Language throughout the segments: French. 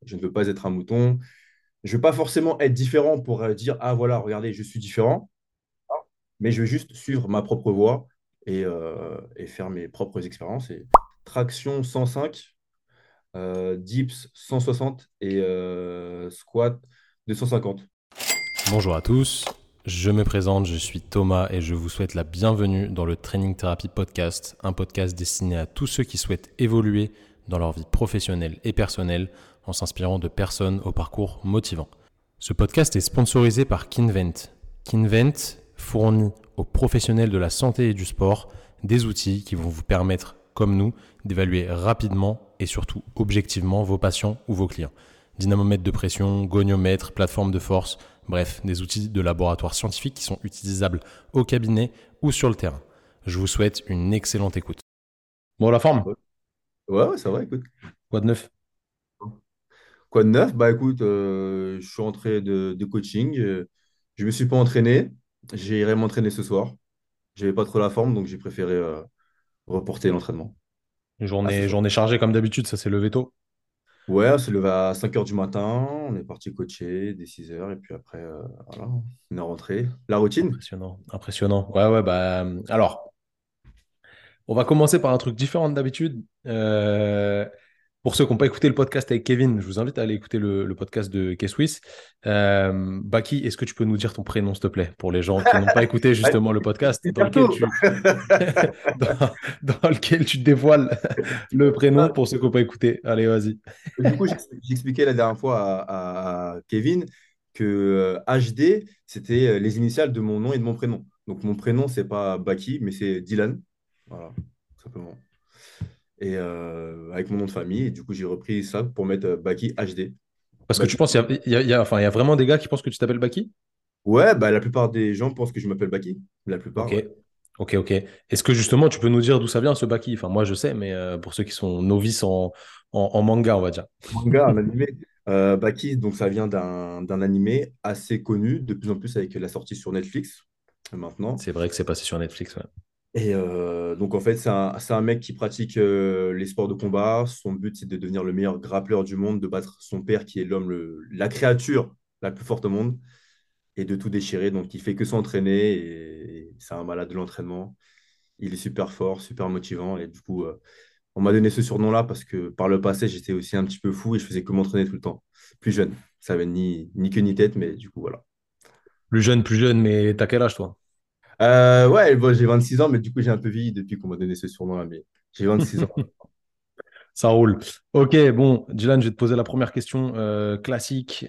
Je ne veux pas être un mouton. Je ne veux pas forcément être différent pour dire, ah voilà, regardez, je suis différent, mais je veux juste suivre ma propre voie et faire mes propres expériences. Et traction 105, dips 160 et squat 250. Bonjour à tous, je me présente, je suis Thomas et je vous souhaite la bienvenue dans le Training Therapy Podcast, un podcast destiné à tous ceux qui souhaitent évoluer dans leur vie professionnelle et personnelle en s'inspirant de personnes au parcours motivant. Ce podcast est sponsorisé par Kinvent. Kinvent fournit aux professionnels de la santé et du sport des outils qui vont vous permettre, comme nous, d'évaluer rapidement et surtout objectivement vos patients ou vos clients. Dynamomètre de pression, goniomètre, plateforme de force, bref, des outils de laboratoire scientifique qui sont utilisables au cabinet ou sur le terrain. Je vous souhaite une excellente écoute. Bon, la forme, Ouais, ouais, ça va, écoute. quoi de neuf? Quoi de neuf? Bah écoute, je suis entré de coaching. Je ne me suis pas entraîné. J'irai m'entraîner ce soir. J'avais pas trop la forme, donc j'ai préféré reporter l'entraînement à ce soir. Journée chargée comme d'habitude, ça s'est levé tôt. Ouais, on s'est levé à 5 heures du matin, on est parti coacher dès 6 heures, et puis après, voilà, on est rentré. La routine? Impressionnant, impressionnant. Ouais, ouais, bah, alors, on va commencer par un truc différent d'habitude. Pour ceux qui n'ont pas écouté le podcast avec Kevin, je vous invite à aller écouter le podcast de K-Swiss. Baki, est-ce que tu peux nous dire ton prénom, s'il te plaît, pour les gens qui n'ont pas écté Ah, justement le podcast dans hyper lequel tôt. tu, dans, dans lequel tu dévoiles le prénom pour ceux qui n'ont pas écouté. Allez, vas-y. Du coup, j'expliquais la dernière fois à Kevin que HD, c'était les initiales de mon nom et de mon prénom. Donc, mon prénom, c'est pas Baki, mais c'est Dylan. Voilà, tout simplement. Et avec mon nom de famille. Et du coup, j'ai repris ça pour mettre Baki HD. Parce que tu Baki. penses, enfin, il y a vraiment des gars qui pensent que tu t'appelles Baki? Ouais, bah, la plupart des gens pensent que je m'appelle Baki. La plupart, Ok, ouais. ok, ok. Est-ce que justement, tu peux nous dire d'où ça vient ce Baki? Enfin, moi, je sais, mais pour ceux qui sont novices en manga, on va dire. Manga, un animé. Baki, donc ça vient d'un animé assez connu, de plus en plus avec la sortie sur Netflix maintenant. C'est vrai que c'est passé sur Netflix, ouais. Et donc, en fait, c'est un mec qui pratique les sports de combat. Son but, c'est de devenir le meilleur grappleur du monde, de battre son père, qui est l'homme, la créature la plus forte au monde, et de tout déchirer. Donc, il fait que s'entraîner, et c'est un malade de l'entraînement. Il est super fort, super motivant. Et du coup, on m'a donné ce surnom-là parce que par le passé, j'étais aussi un petit peu fou et je faisais que m'entraîner tout le temps. Plus jeune. Ça avait ni queue ni tête, mais du coup, voilà. Plus jeune, mais t'as quel âge, toi? Ouais, bon, j'ai 26 ans, mais du coup, j'ai un peu vieilli depuis qu'on m'a donné ce surnom-là. Mais j'ai 26 ans. Ça roule. Ok, bon, Dylan, je vais te poser la première question classique.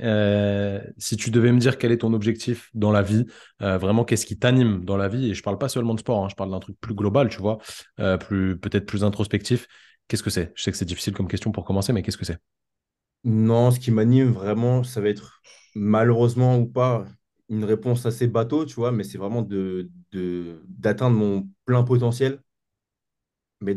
Si tu devais me dire quel est ton objectif dans la vie, vraiment, qu'est-ce qui t'anime dans la vie? Et je parle pas seulement de sport, hein, je parle d'un truc plus global, tu vois, peut-être plus introspectif. Qu'est-ce que c'est? Je sais que c'est difficile comme question pour commencer, mais qu'est-ce que c'est? Non, ce qui m'anime vraiment, ça va être malheureusement ou pas une réponse assez bateau, tu vois, mais c'est vraiment d'atteindre mon plein potentiel, mais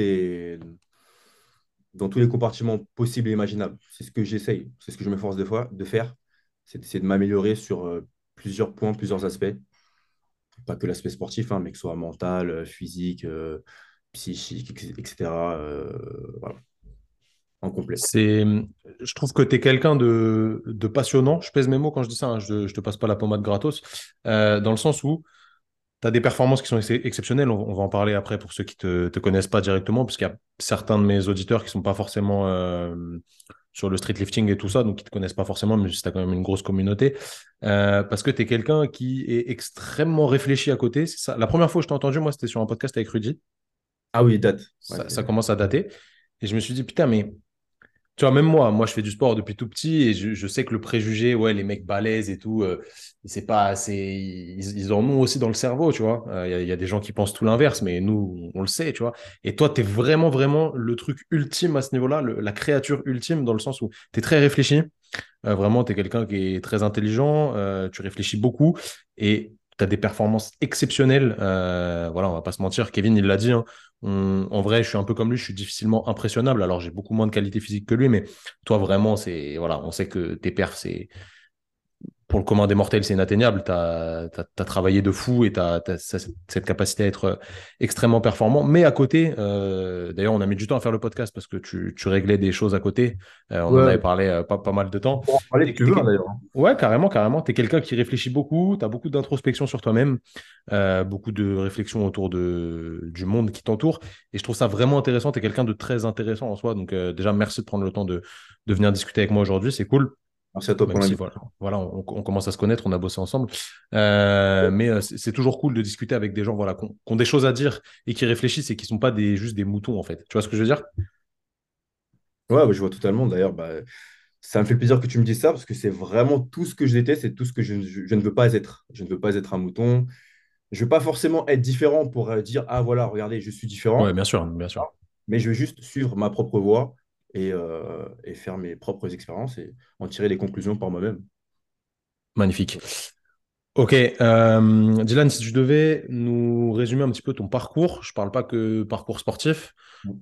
dans tous les compartiments possibles et imaginables. C'est ce que j'essaye, c'est ce que je m'efforce des fois de faire, c'est d'essayer de m'améliorer sur plusieurs points, plusieurs aspects, pas que l'aspect sportif, hein, mais que ce soit mental, physique, psychique, etc. Voilà, en complet. C'est, je trouve que tu es quelqu'un de passionnant. Je pèse mes mots quand je dis ça, hein, je te passe pas la pommade gratos, dans le sens où tu as des performances qui sont exceptionnelles. On va en parler après pour ceux qui te connaissent pas directement, parce qu'il y a certains de mes auditeurs qui sont pas forcément sur le street lifting et tout ça, donc qui te connaissent pas forcément, mais tu as quand même une grosse communauté. Parce que tu es quelqu'un qui est extrêmement réfléchi à côté. C'est ça. La première fois que je t'ai entendu, moi, c'était sur un podcast avec Rudy. Ah oui, date. Ouais, Ça commence à dater. Et je me suis dit, putain, mais tu vois, même moi, je fais du sport depuis tout petit et je sais que le préjugé, ouais, les mecs balèzes et tout, c'est pas, ils en ont aussi dans le cerveau, tu vois. Il y a des gens qui pensent tout l'inverse, mais nous, on le sait, tu vois. Et toi, tu es vraiment, vraiment le truc ultime à ce niveau-là, la créature ultime dans le sens où tu es très réfléchi. Vraiment, tu es quelqu'un qui est très intelligent, tu réfléchis beaucoup et tu as des performances exceptionnelles. Voilà, on va pas se mentir. Kevin, il l'a dit, hein. En vrai, je suis un peu comme lui, je suis difficilement impressionnable. Alors, j'ai beaucoup moins de qualité physique que lui, mais toi, vraiment, voilà, on sait que tes perfs, c'est pour le commun des mortels, c'est inatteignable. Tu as travaillé de fou et tu as, cette capacité à être extrêmement performant. Mais à côté, d'ailleurs, on a mis du temps à faire le podcast parce que tu réglais des choses à côté. On en avait Ouais, parlé pas mal de on temps. pourra en parler si T'es- tu t'es veux, hein, que- d'ailleurs. Ouais, carrément, carrément. Tu es quelqu'un qui réfléchit beaucoup, tu as beaucoup d'introspection sur toi-même, beaucoup de réflexion autour du monde qui t'entoure. Et je trouve ça vraiment intéressant. Tu es quelqu'un de très intéressant en soi. Donc, déjà, merci de prendre le temps de venir discuter avec moi aujourd'hui. C'est cool. Merci à toi pour Même si l'invitation. voilà, on commence à se connaître, on a bossé ensemble. Mais c'est toujours cool de discuter avec des gens voilà, qui ont des choses à dire et qui réfléchissent et qui sont pas juste des moutons, en fait. Tu vois ce que je veux dire? Ouais, bah, je vois totalement. D'ailleurs, bah, ça me fait plaisir que tu me dises ça parce que c'est vraiment tout ce que je déteste et tout ce que je ne veux pas être. Je ne veux pas être un mouton. Je ne veux pas forcément être différent pour dire, ah voilà, regardez, je suis Ouais, différent. bien sûr, bien sûr. Mais je veux juste suivre ma propre voie et faire mes propres expériences et en tirer les conclusions par moi-même. Magnifique. Ok, Dylan, si tu devais nous résumer un petit peu ton parcours, je parle pas que parcours sportif.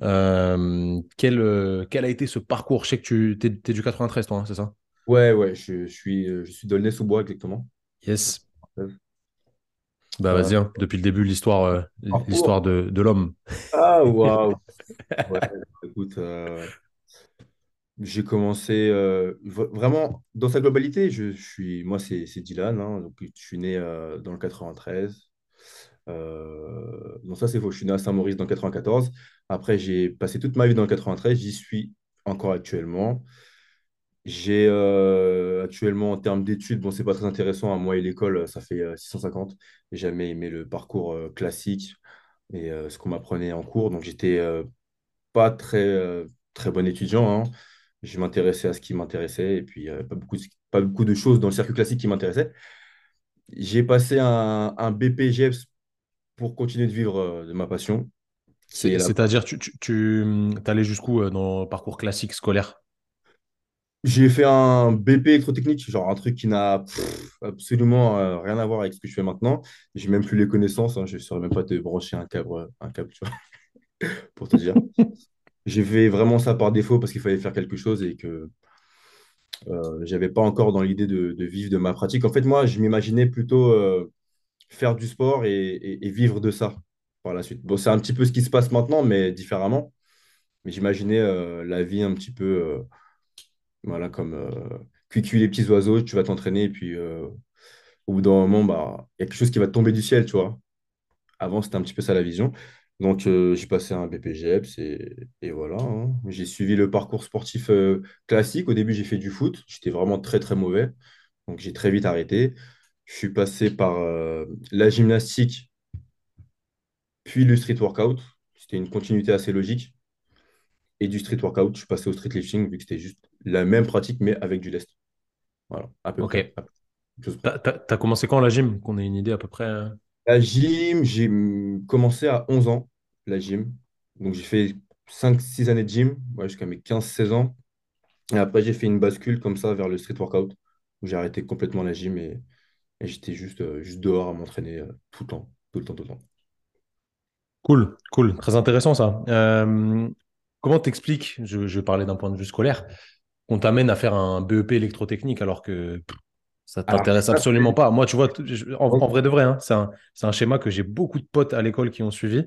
Quel a été ce parcours? Je sais que tu t'es du 93, toi, hein, c'est ça? Ouais, ouais, je suis d'Aulnay-sous-Bois exactement. Yes. Bah Euh, vas-y, hein. Depuis le début, parcours. l'histoire de l'homme. Ah, waouh. Ouais, écoute, j'ai commencé vraiment dans sa globalité. Moi, c'est Dylan, hein, donc je suis né dans le 93. Non, ça c'est faux. Je suis né à Saint-Maurice dans le 94. Après, j'ai passé toute ma vie dans le 93. J'y suis encore actuellement. J'ai actuellement, en termes d'études, bon, c'est pas très intéressant, hein. Moi et l'école, ça fait 650. J'ai jamais aimé le parcours classique et ce qu'on m'apprenait en cours. Donc, j'étais pas très bon étudiant, hein. Je m'intéressais à ce qui m'intéressait et puis pas beaucoup de choses dans le circuit classique qui m'intéressaient. J'ai passé un BPGEPS pour continuer de vivre de ma passion, qui est la... C'est-à-dire, t'allais jusqu'où dans le parcours classique scolaire? J'ai fait un BP électrotechnique, genre un truc qui n'a absolument rien à voir avec ce que je fais maintenant. J'ai même plus les connaissances, hein. Je ne saurais même pas te brancher un câble, tu vois, pour te dire. J'ai fait vraiment ça par défaut parce qu'il fallait faire quelque chose et que j'avais pas encore dans l'idée de vivre de ma pratique. En fait, moi, je m'imaginais plutôt faire du sport et vivre de ça par la suite. Bon, c'est un petit peu ce qui se passe maintenant, mais différemment. Mais j'imaginais la vie un petit peu voilà, comme cuicui les petits oiseaux, tu vas t'entraîner et puis au bout d'un moment, bah, il y a quelque chose qui va te tomber du ciel, tu vois. Avant, c'était un petit peu ça la vision. Donc, j'ai passé un BPGEPS et voilà, hein. J'ai suivi le parcours sportif classique. Au début, j'ai fait du foot. J'étais vraiment très, très mauvais. Donc, j'ai très vite arrêté. Je suis passé par la gymnastique, puis le street workout. C'était une continuité assez logique. Et du street workout, je suis passé au street lifting, vu que c'était juste la même pratique, mais avec du lest. Voilà, à peu près. Ok. À peu chose près. T'as commencé quand la gym? Qu'on ait une idée à peu près. La gym, j'ai commencé à 11 ans, la gym. Donc, j'ai fait 5 6 années de gym, ouais, jusqu'à mes 15 16 ans. Et après, j'ai fait une bascule comme ça vers le street workout, où j'ai arrêté complètement la gym et j'étais juste dehors à m'entraîner tout le temps, tout le temps, tout le temps. Cool, cool. Très intéressant ça. Comment t'expliques, je vais parler d'un point de vue scolaire, qu'on t'amène à faire un BEP électrotechnique alors que ça Alors, t'intéresse ça, absolument pas? Moi, tu vois, en donc, vrai de vrai, hein, c'est un schéma que j'ai beaucoup de potes à l'école qui ont suivi.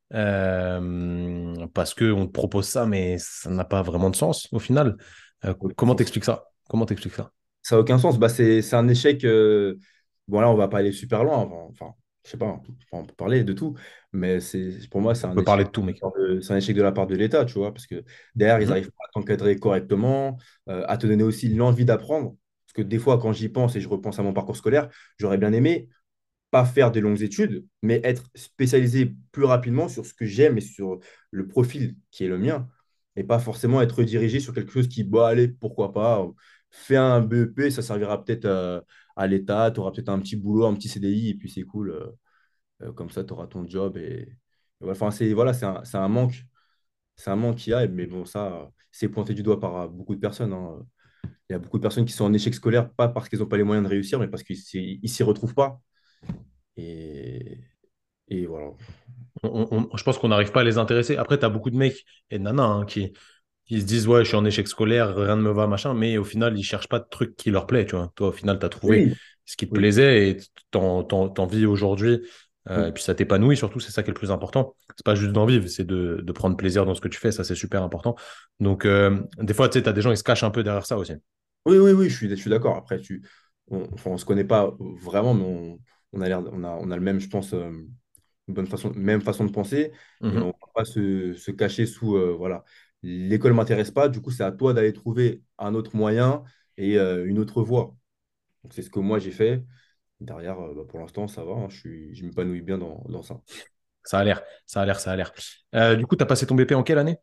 Parce qu'on te propose ça, mais ça n'a pas vraiment de sens au final. Comment t'expliques ça? Comment t'expliques ça? ça n'a aucun sens. Bah, c'est un échec. Bon, là, on va pas aller super loin. Enfin, je sais pas, on peut parler de tout. Mais pour moi, c'est On un peut parler échec. de tout, mec. C'est un échec de la part de l'État, tu vois, parce que derrière, ils Mhm. n'arrivent pas à t'encadrer correctement, à te donner aussi l'envie d'apprendre. Parce que des fois, quand j'y pense et je repense à mon parcours scolaire, j'aurais bien aimé pas faire des longues études, mais être spécialisé plus rapidement sur ce que j'aime et sur le profil qui est le mien, et pas forcément être redirigé sur quelque chose qui, bon, allez, pourquoi pas, fais un BEP, ça servira peut-être à l'État, tu auras peut-être un petit boulot, un petit CDI, et puis c'est cool, comme ça, tu auras ton job. Et voilà, enfin, voilà, c'est un manque qu'il y a, mais bon, ça, c'est pointé du doigt par beaucoup de personnes, hein. Il y a beaucoup de personnes qui sont en échec scolaire, pas parce qu'ils n'ont pas les moyens de réussir, mais parce qu'ils ne s'y retrouvent pas. Et, et voilà. Je pense qu'on n'arrive pas à les intéresser. Après, tu as beaucoup de mecs et de nanas hein, qui Ils se disent, ouais, je suis en échec scolaire, rien ne me va, machin, mais au final, ils cherchent pas de truc qui leur plaît, tu vois. Toi, au final, tu as trouvé Oui, ce qui te oui. plaisait et t'en vis aujourd'hui. Et Mm. puis ça t'épanouit, surtout, c'est ça qui est le plus important. C'est pas juste d'en vivre, c'est de prendre plaisir dans ce que tu fais, ça, c'est super important. Donc, des fois, tu sais, tu as des gens, ils se cachent un peu derrière ça aussi. Oui, oui, oui, je suis d'accord. Après, enfin, on se connaît pas vraiment, mais on a l'air, on a le même, je pense, une bonne façon, même façon de penser, et on ne Mhm. va pas se cacher sous, voilà, l'école ne m'intéresse pas, du coup, c'est à toi d'aller trouver un autre moyen et une autre voie. Donc, c'est ce que moi j'ai fait. Derrière, bah, pour l'instant, ça va, hein, je m'épanouis bien dans ça. Ça a l'air, ça a l'air, ça a l'air. Du coup, tu as passé ton BP en quelle année?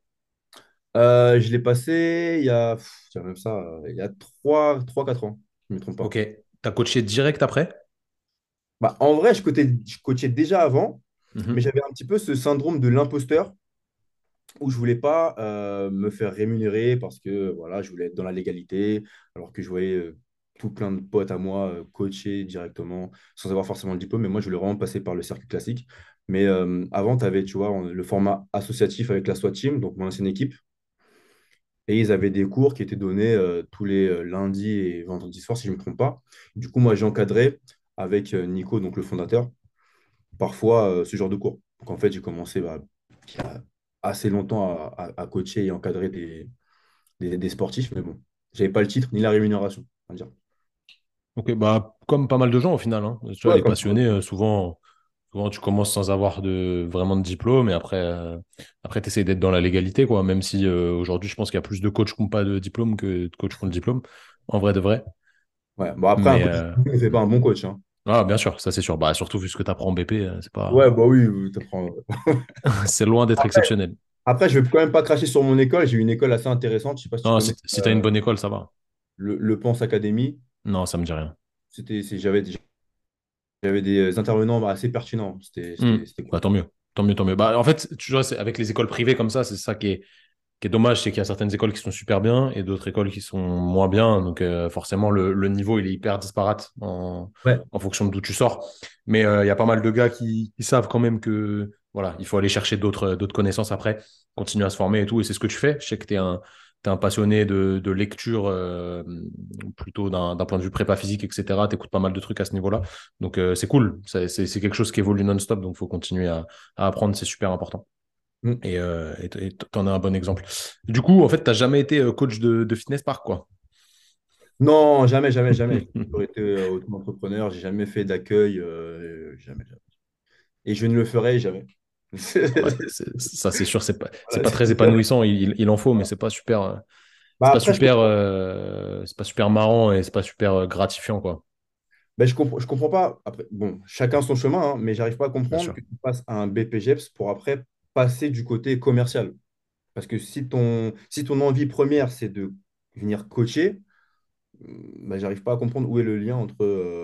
Je l'ai passé il y a, tiens, même ça, il y a 4 ans, je ne me trompe Ok. pas. Tu as coaché direct après? Bah, en vrai, je coachais déjà avant, mais Mhm. j'avais un petit peu ce syndrome de l'imposteur où je voulais pas me faire rémunérer parce que voilà, je voulais être dans la légalité, alors que je voyais tout plein de potes à moi coacher directement sans avoir forcément le diplôme. Mais moi, je voulais vraiment passer par le circuit classique. Mais avant, tu avais, tu vois, le format associatif avec la SWAT Team, donc mon ancienne équipe. Et ils avaient des cours qui étaient donnés tous les lundis et vendredis soirs, si je ne me trompe pas. Du coup, moi, j'ai encadré avec Nico, donc le fondateur, parfois ce genre de cours. Donc, en fait, j'ai commencé bah, il y a assez longtemps à coacher et encadrer des sportifs, mais bon, j'avais pas le titre ni la rémunération, on va dire. Ok, bah, comme pas mal de gens au final, hein. Tu vois, Ouais, les comme passionnés, souvent, tu commences sans avoir vraiment de diplôme et après tu essaies d'être dans la légalité, quoi. Même si aujourd'hui, je pense qu'il y a plus de coachs qui n'ont pas de diplôme que de coachs qui ont le diplôme, en vrai de vrai. ouais. Bon, après, un Mais bon diplôme ne fait pas un bon coach, hein. bien sûr, ça c'est sûr. Bah, surtout vu ce que tu apprends en BP, c'est Ouais, pas... bah oui, oui, t'apprends. c'est loin d'être Après, exceptionnel. après, je vais quand même pas cracher sur mon école. J'ai eu une école assez intéressante. Je sais pas si tu Non, connais si tu as une bonne école, ça va. le Pans Academy. Non, ça me dit rien. J'avais des intervenants bah, assez pertinents. Hmm. C'était Bah, cool. tant mieux. Tant mieux, tant mieux. Bah, en fait, tu vois, avec les écoles privées comme ça, c'est ça qui est dommage, c'est qu'il y a certaines écoles qui sont super bien et d'autres écoles qui sont moins bien. Donc, forcément, le niveau, il est hyper disparate Ouais. en fonction de d'où tu sors. Mais il y a pas mal de gars qui savent quand même que voilà, il faut aller chercher d'autres connaissances après, continuer à se former et tout. Et c'est ce que tu fais. Je sais que t'es un passionné de lecture, plutôt d'un point de vue prépa physique, etc. Tu écoutes pas mal de trucs à ce niveau-là. Donc, c'est cool. C'est quelque chose qui évolue non-stop. Donc, il faut continuer à apprendre. C'est super important. Mm. Et t'en as un bon exemple. Du coup, en fait, t'as jamais été coach de fitness park, quoi. Non, jamais, jamais, jamais. J'ai toujours été auto-entrepreneur. J'ai jamais fait d'accueil. Jamais, jamais. Et je ne le ferai jamais. Ouais, ça, c'est sûr, c'est Voilà, pas très c'est- épanouissant. Il en faut, mais Bah après, je comprends. c'est pas super marrant et c'est pas super gratifiant, quoi. Ben, je comprends pas. Après, bon, chacun son chemin, hein, mais j'arrive pas à Bien comprendre sûr. que tu passes à un BPGEPS pour après passer du côté commercial. Parce que si ton envie première, c'est de venir coacher, ben, j'arrive pas à comprendre où est le lien entre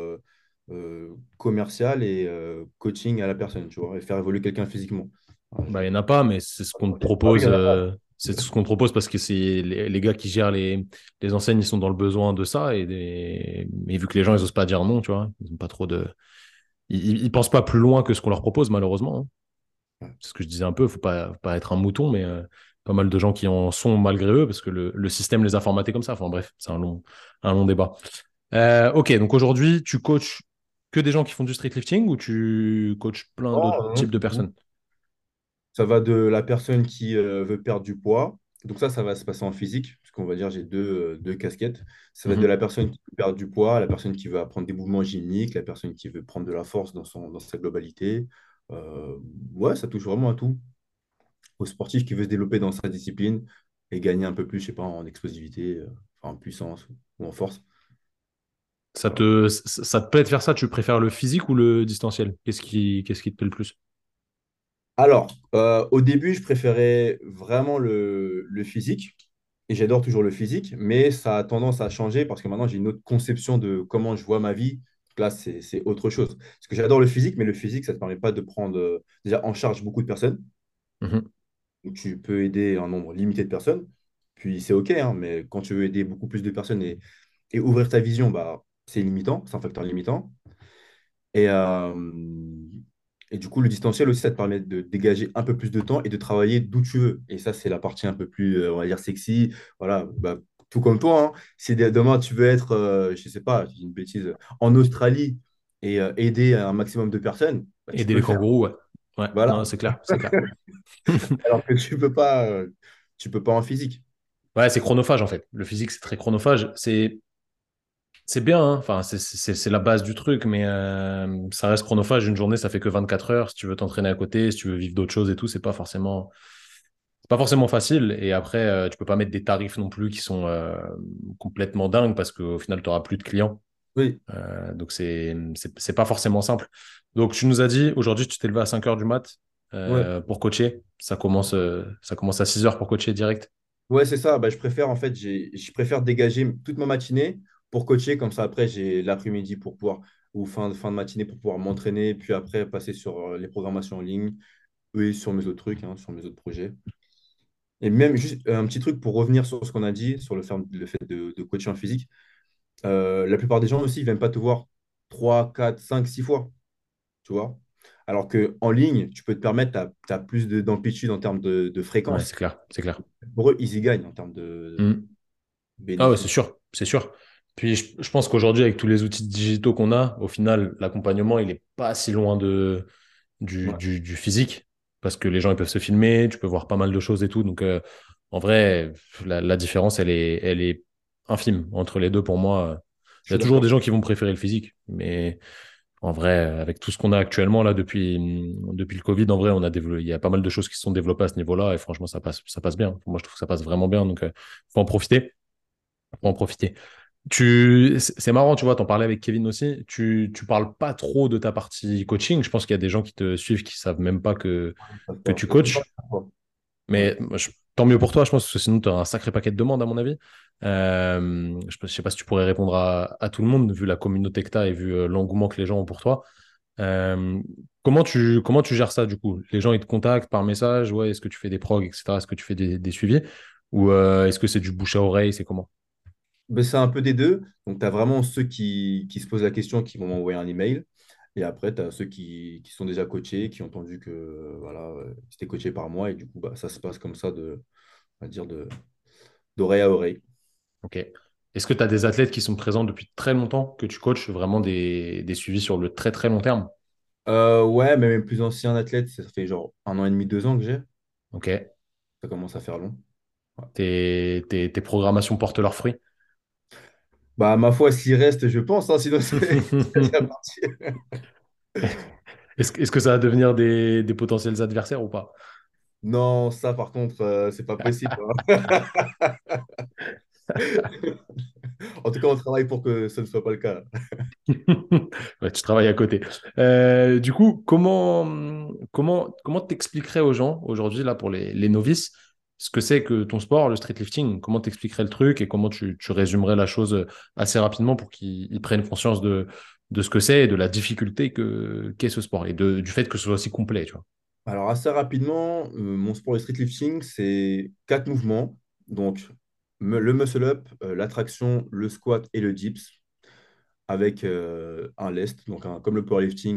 commercial et coaching à la personne, tu vois, et faire évoluer quelqu'un physiquement. Ah, Bah, il n'y en a pas, mais c'est ce qu'on te ah oui, il propose. y en a pas. C'est ce qu'on te propose parce que c'est les gars qui gèrent les enseignes, ils sont dans le besoin de ça. Mais vu que les gens, ils osent pas dire non, tu vois, ils ont pas trop de. Ils pensent pas plus loin que ce qu'on leur propose, malheureusement, hein. Ouais. C'est ce que je disais un peu, faut pas être un mouton, mais pas mal de gens qui en sont malgré eux, parce que le système les a formatés comme ça. Enfin bref, c'est un long débat. Ok, donc aujourd'hui, tu coaches que des gens qui font du street lifting ou tu coaches plein d'autres Non, types de non, non. personnes? Ça va de la personne qui veut perdre du poids. Donc ça va se passer en physique, parce qu'on va dire j'ai deux casquettes. Ça va de Mhm. la personne qui veut perdre du poids à la personne qui veut apprendre des mouvements gymniques, la personne qui veut prendre de la force dans sa globalité. Euh, ouais, ça touche vraiment à tout. Au sportif qui veut se développer dans sa discipline et gagner un peu plus, je sais pas, en explosivité, enfin, en puissance ou en force. Voilà. Ça te plaît de faire ça? Tu préfères le physique ou le distanciel? Qu'est-ce qui te plaît le plus? Alors, au début, je préférais vraiment le physique, et j'adore toujours le physique, mais ça a tendance à changer parce que maintenant, j'ai une autre conception de comment je vois ma vie. Donc là, c'est autre chose. Parce que j'adore le physique, mais le physique, ça ne te permet pas de prendre déjà en charge beaucoup de personnes. Mhm. Donc, tu peux aider un nombre limité de personnes, puis c'est OK, hein, mais quand tu veux aider beaucoup plus de personnes et ouvrir ta vision, bah, c'est limitant, c'est un facteur limitant. Et, euh, Et du coup, le distanciel aussi, ça te permet de dégager un peu plus de temps et de travailler d'où tu veux. Et ça, c'est la partie un peu plus, on va dire, sexy. Voilà, bah, tout comme toi, hein. Si demain tu veux être, je sais pas, je dis une bêtise, en Australie et aider un maximum de personnes, bah, tu Aider peux les le faire. kangourous, ouais. Ouais, Voilà. non, c'est clair, c'est clair. Alors que tu peux pas en physique. Ouais, c'est chronophage en fait. Le physique, c'est très chronophage. C'est bien, hein. Enfin, c'est la base du truc, mais ça reste chronophage. Une journée, ça fait que 24 heures. Si tu veux t'entraîner à côté, si tu veux vivre d'autres choses et tout, c'est pas forcément facile. Et après, tu peux pas mettre des tarifs non plus qui sont complètement dingues parce qu'au final, tu auras plus de clients. Oui, Donc, c'est pas forcément simple. Donc, tu nous as dit, aujourd'hui, tu t'es levé à 5 heures du mat ouais. pour coacher. Ça commence à 6 heures pour coacher direct. Ouais, c'est ça. Bah, je préfère en fait, je préfère dégager toute ma matinée pour coacher. Comme ça, après, j'ai l'après-midi pour pouvoir, ou fin de matinée pour pouvoir m'entraîner. Puis après, passer sur les programmations en ligne et sur mes autres trucs, hein, sur mes autres projets. Et même juste un petit truc pour revenir sur ce qu'on a dit, sur le fait de coacher en physique. La plupart des gens aussi, ils ne viennent pas te voir 3 4 5 6 fois, tu vois. Alors qu'en ligne, tu peux te permettre, tu as plus d'amplitude en termes de Ouais, c'est fréquence. clair, c'est clair. Pour eux, ils y gagnent en termes de Mm. Ah ouais, c'est bénéfices. sûr, c'est sûr. Puis je pense qu'aujourd'hui, avec tous les outils digitaux qu'on a, au final, l'accompagnement, il est pas si loin Ouais, du physique, parce que les gens, ils peuvent se filmer, tu peux voir pas mal de choses et tout. Donc, en vrai, la différence, elle est infime entre les deux pour moi. je Il y a suis toujours d'accord. des gens qui vont préférer le physique, mais en vrai, avec tout ce qu'on a actuellement là depuis le Covid, en vrai, il y a pas mal de choses qui se sont développées à ce niveau-là et franchement, ça passe bien. Moi, je trouve que ça passe vraiment bien, donc faut en profiter. Faut en profiter. C'est marrant, tu vois, t'en parlais avec Kevin aussi. Tu parles pas trop de ta partie coaching. Je pense qu'il y a des gens qui te suivent qui savent même pas que tu Je sais pas coaches. pourquoi. Ouais. Mais moi, tant mieux pour toi, je pense, parce que sinon, tu as un sacré paquet de demandes, à mon avis. Je sais pas si tu pourrais répondre à tout le monde, vu la communauté que tu as et vu l'engouement que les gens ont pour toi. Euh, comment tu gères ça, du coup? Les gens, ils te contactent par message, ouais, est-ce que tu fais des progs, etc. Est-ce que tu fais des suivis? Ou est-ce que c'est du bouche à oreille? C'est comment? Ben, c'est un peu des deux. Donc, tu as vraiment ceux qui se posent la question, qui vont m'envoyer un email. Et après, tu as ceux qui sont déjà coachés, qui ont entendu que voilà, c'était coaché par moi. Et du coup, bah, ça se passe comme ça, on va dire d'oreille à oreille. Ok. Est-ce que tu as des athlètes qui sont présents depuis très longtemps, que tu coaches vraiment des suivis sur le très très long terme? Ouais, mais même plus ancien athlète, ça fait genre 1 an et demi, 2 ans que j'ai. Ok. Ça commence à faire long. Ouais. Tes programmations portent leurs fruits? Bah, ma foi, s'il reste, je pense, hein, sinon c'est déjà parti. Est-ce que ça va devenir des potentiels adversaires ou pas? Non, ça par contre, c'est pas possible, hein. En tout cas, on travaille pour que ce ne soit pas le cas. Ouais, tu travailles à côté. Du coup, comment t'expliquerais aux gens aujourd'hui, là, pour les novices, ce que c'est que ton sport, le streetlifting? Comment t'expliquerais le truc et comment tu résumerais la chose assez rapidement pour qu'ils prennent conscience de ce que c'est et de la difficulté qu'est ce sport et du fait que ce soit aussi complet, tu vois? Alors, assez rapidement, mon sport de streetlifting, c'est 4 mouvements. Donc, le muscle-up, la traction, le squat et le dips, avec un lest, donc comme le powerlifting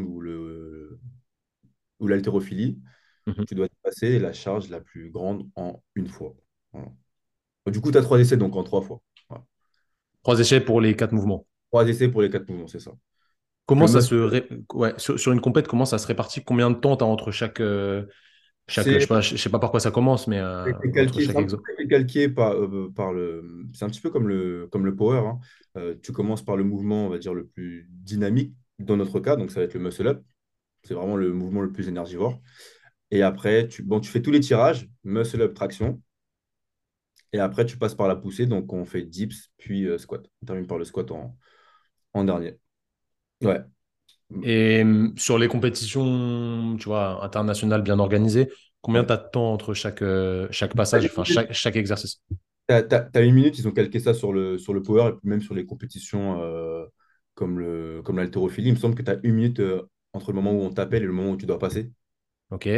ou l'haltérophilie. Mhm. Tu dois te passer la charge la plus grande en une fois. Voilà. Du coup, tu as 3 essais, donc en 3 fois. Voilà. 3 essais pour les 4 mouvements. 3 essais pour les 4 mouvements, c'est ça. Donc, Comment le ça muscle, ouais, sur une compète, comment ça se répartit? Combien de temps tu as entre chaque, je c'est sais pas par quoi ça commence, mais c'est entre calqué, c'est chaque un petit exo. peu calqué par le. C'est un petit peu comme le power, hein. Tu commences par le mouvement, on va dire, le plus dynamique dans notre cas, donc ça va être le muscle up. C'est vraiment le mouvement le plus énergivore. Et après, tu fais tous les tirages, muscle up, traction. Et après, tu passes par la poussée, donc on fait dips, puis squat. On termine par le squat en dernier. Ouais. Et sur les compétitions, tu vois, internationales bien organisées, combien Ouais. tu as de temps entre chaque T'as passage, une enfin minute, chaque exercice? t'as 1 minute, ils ont calqué ça sur le power et puis même sur les compétitions comme l'haltérophilie. Il me semble que tu as 1 minute entre le moment où on t'appelle et le moment où tu dois passer. Ok.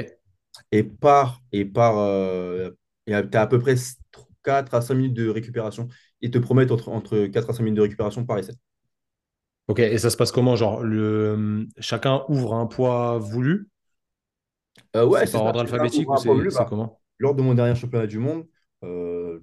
Et tu as à peu près 4 à 5 minutes de récupération. Ils te promettent entre 4 à 5 minutes de récupération par essai. Ok. Et ça se passe comment? Genre, chacun ouvre un poids voulu. Ouais, C'est c'est par ça, ordre c'est ça. alphabétique ou Ouvrir un point c'est bleu, c'est bah, comment? lors de mon dernier championnat du monde, euh,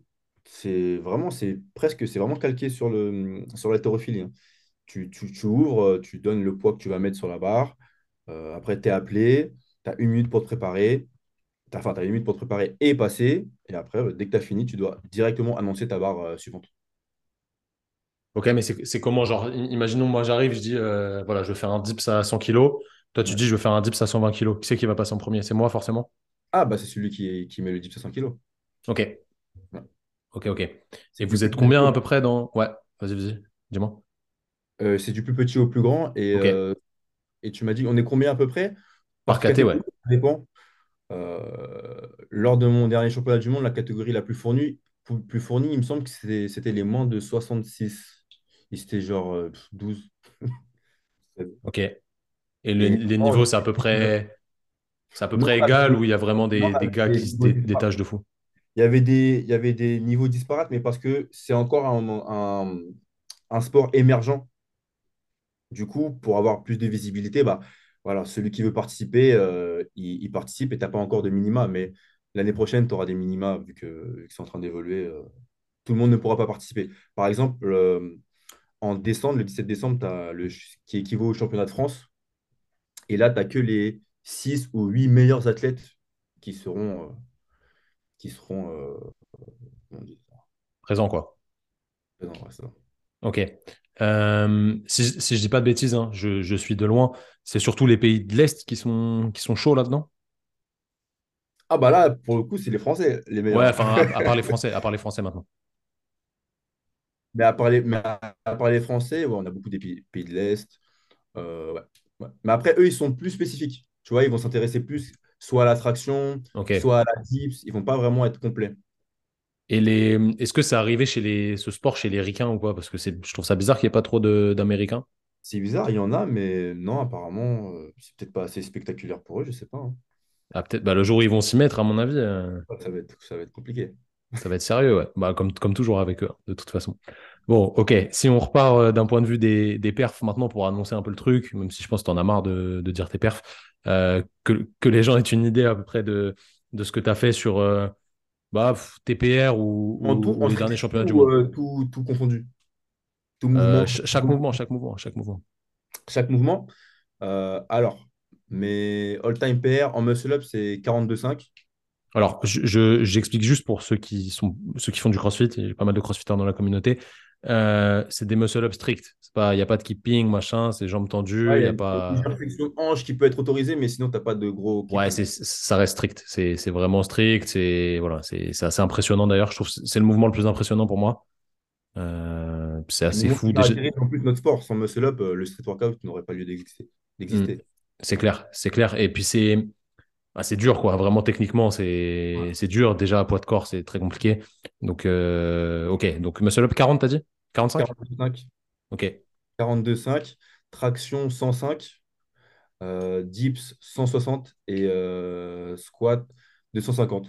c'est vraiment calqué sur sur l'haltérophilie, hein. Tu ouvres, tu donnes le poids que tu vas mettre sur la barre. Après, tu es appelé, tu as 1 minute pour te préparer. T'as 1 minute pour te préparer et passer. Et après, dès que tu as fini, tu dois directement annoncer ta barre suivante. Ok, mais c'est comment? Genre, imaginons, moi j'arrive, je dis, voilà, je veux faire un dips à 100 kilos. Toi, tu Ouais. dis, je veux faire un dips à 120 kilos. Qui c'est qui va passer en premier? C'est moi, forcément? Ah, bah c'est celui qui met le dips à 100 kilos. Ok, Ouais. ok, ok. Et C'est du vous plus êtes petit combien à au, peu près dans... Ouais, vas-y, dis-moi. c'est du plus petit au plus grand. Ok, Et tu m'as dit, on est combien à peu près? par Par KT, catégorie, ouais. ça dépend. Lors de mon dernier championnat du monde, la catégorie la plus fournie, il me semble que c'était les moins de 66. Et c'était genre 12. Ok. Et Et les non, niveaux, c'est à peu non, près on avait égal ou il y a vraiment non, on des avait gars des qui se niveaux détachent de fou? il y avait des niveaux disparates, mais parce que c'est encore un sport émergent. Du coup, pour avoir plus de visibilité, bah, voilà, celui qui veut participer, il participe et tu n'as pas encore de minima. Mais l'année prochaine, tu auras des minima vu que c'est en train d'évoluer. Tout le monde ne pourra pas participer. Par exemple, en décembre, le 17 décembre, tu as qui équivaut au championnat de France. Et là, tu n'as que les 6 ou 8 meilleurs athlètes qui seront comment on dit ça. Présent, quoi. Non, ouais, ça. Ok. Si je dis pas de bêtises, hein, je suis de loin. C'est surtout les pays de l'Est qui sont chauds là-dedans? Ah bah là, pour le coup, c'est les Français les Ouais, meilleurs. enfin, à part les Français maintenant. Mais à part les Français, ouais, on a beaucoup des pays de l'Est. Ouais, ouais. Mais après, eux, ils sont plus spécifiques. Tu vois, ils vont s'intéresser plus soit à l'attraction, Ok. soit à la dips. Ils vont pas vraiment être complets. Est-ce que c'est arrivé ce sport chez les Ricains ou quoi? Parce que je trouve ça bizarre qu'il n'y ait pas trop d'Américains. C'est bizarre, il y en a, mais non, apparemment, c'est peut-être pas assez spectaculaire pour eux, je sais pas, hein. Ah, peut-être, bah, le jour où ils vont s'y mettre, à mon avis, Ouais, ça va être compliqué. ça va être sérieux, ouais. Bah, comme toujours avec eux, hein, de toute façon. Bon, ok. Si on repart d'un point de vue des perfs maintenant pour annoncer un peu le truc, même si je pense que tu en as marre de dire tes perfs, que les gens aient une idée à peu près de ce que tu as fait sur TPR En tout, ou en les derniers strict championnats du ou monde. tout confondu? Tout mouvement, Chaque mouvement, chaque mouvement, chaque mouvement. chaque mouvement. Alors, mes all-time PR en muscle-up, c'est 42,5. Alors, j'explique juste pour ceux qui font du CrossFit, il y a pas mal de CrossFitters dans la communauté. C'est des muscle-up stricts. Il n'y a pas de keeping, machin, c'est jambes tendues, Ouais, il il y n'y a a une pas. légère flexion de hanche qui peut être autorisée, mais sinon, tu n'as pas de gros Ouais, keeping. ça reste strict. C'est vraiment strict. Voilà, c'est assez impressionnant d'ailleurs. Je trouve que c'est le mouvement le plus impressionnant pour moi. C'est Le assez mouvement qui fou déjà. caractérise en plus notre sport. Sans muscle-up, le street workout n'aurait pas lieu Hmm. d'exister. C'est clair, c'est clair. Et puis c'est dur, quoi. Vraiment, techniquement, c'est dur. Déjà, à poids de corps, c'est très compliqué. Donc, ok. Donc, muscle up 40, t'as dit? 45? 42,5, Ok. 42,5, traction 105, dips 160 et squat 250.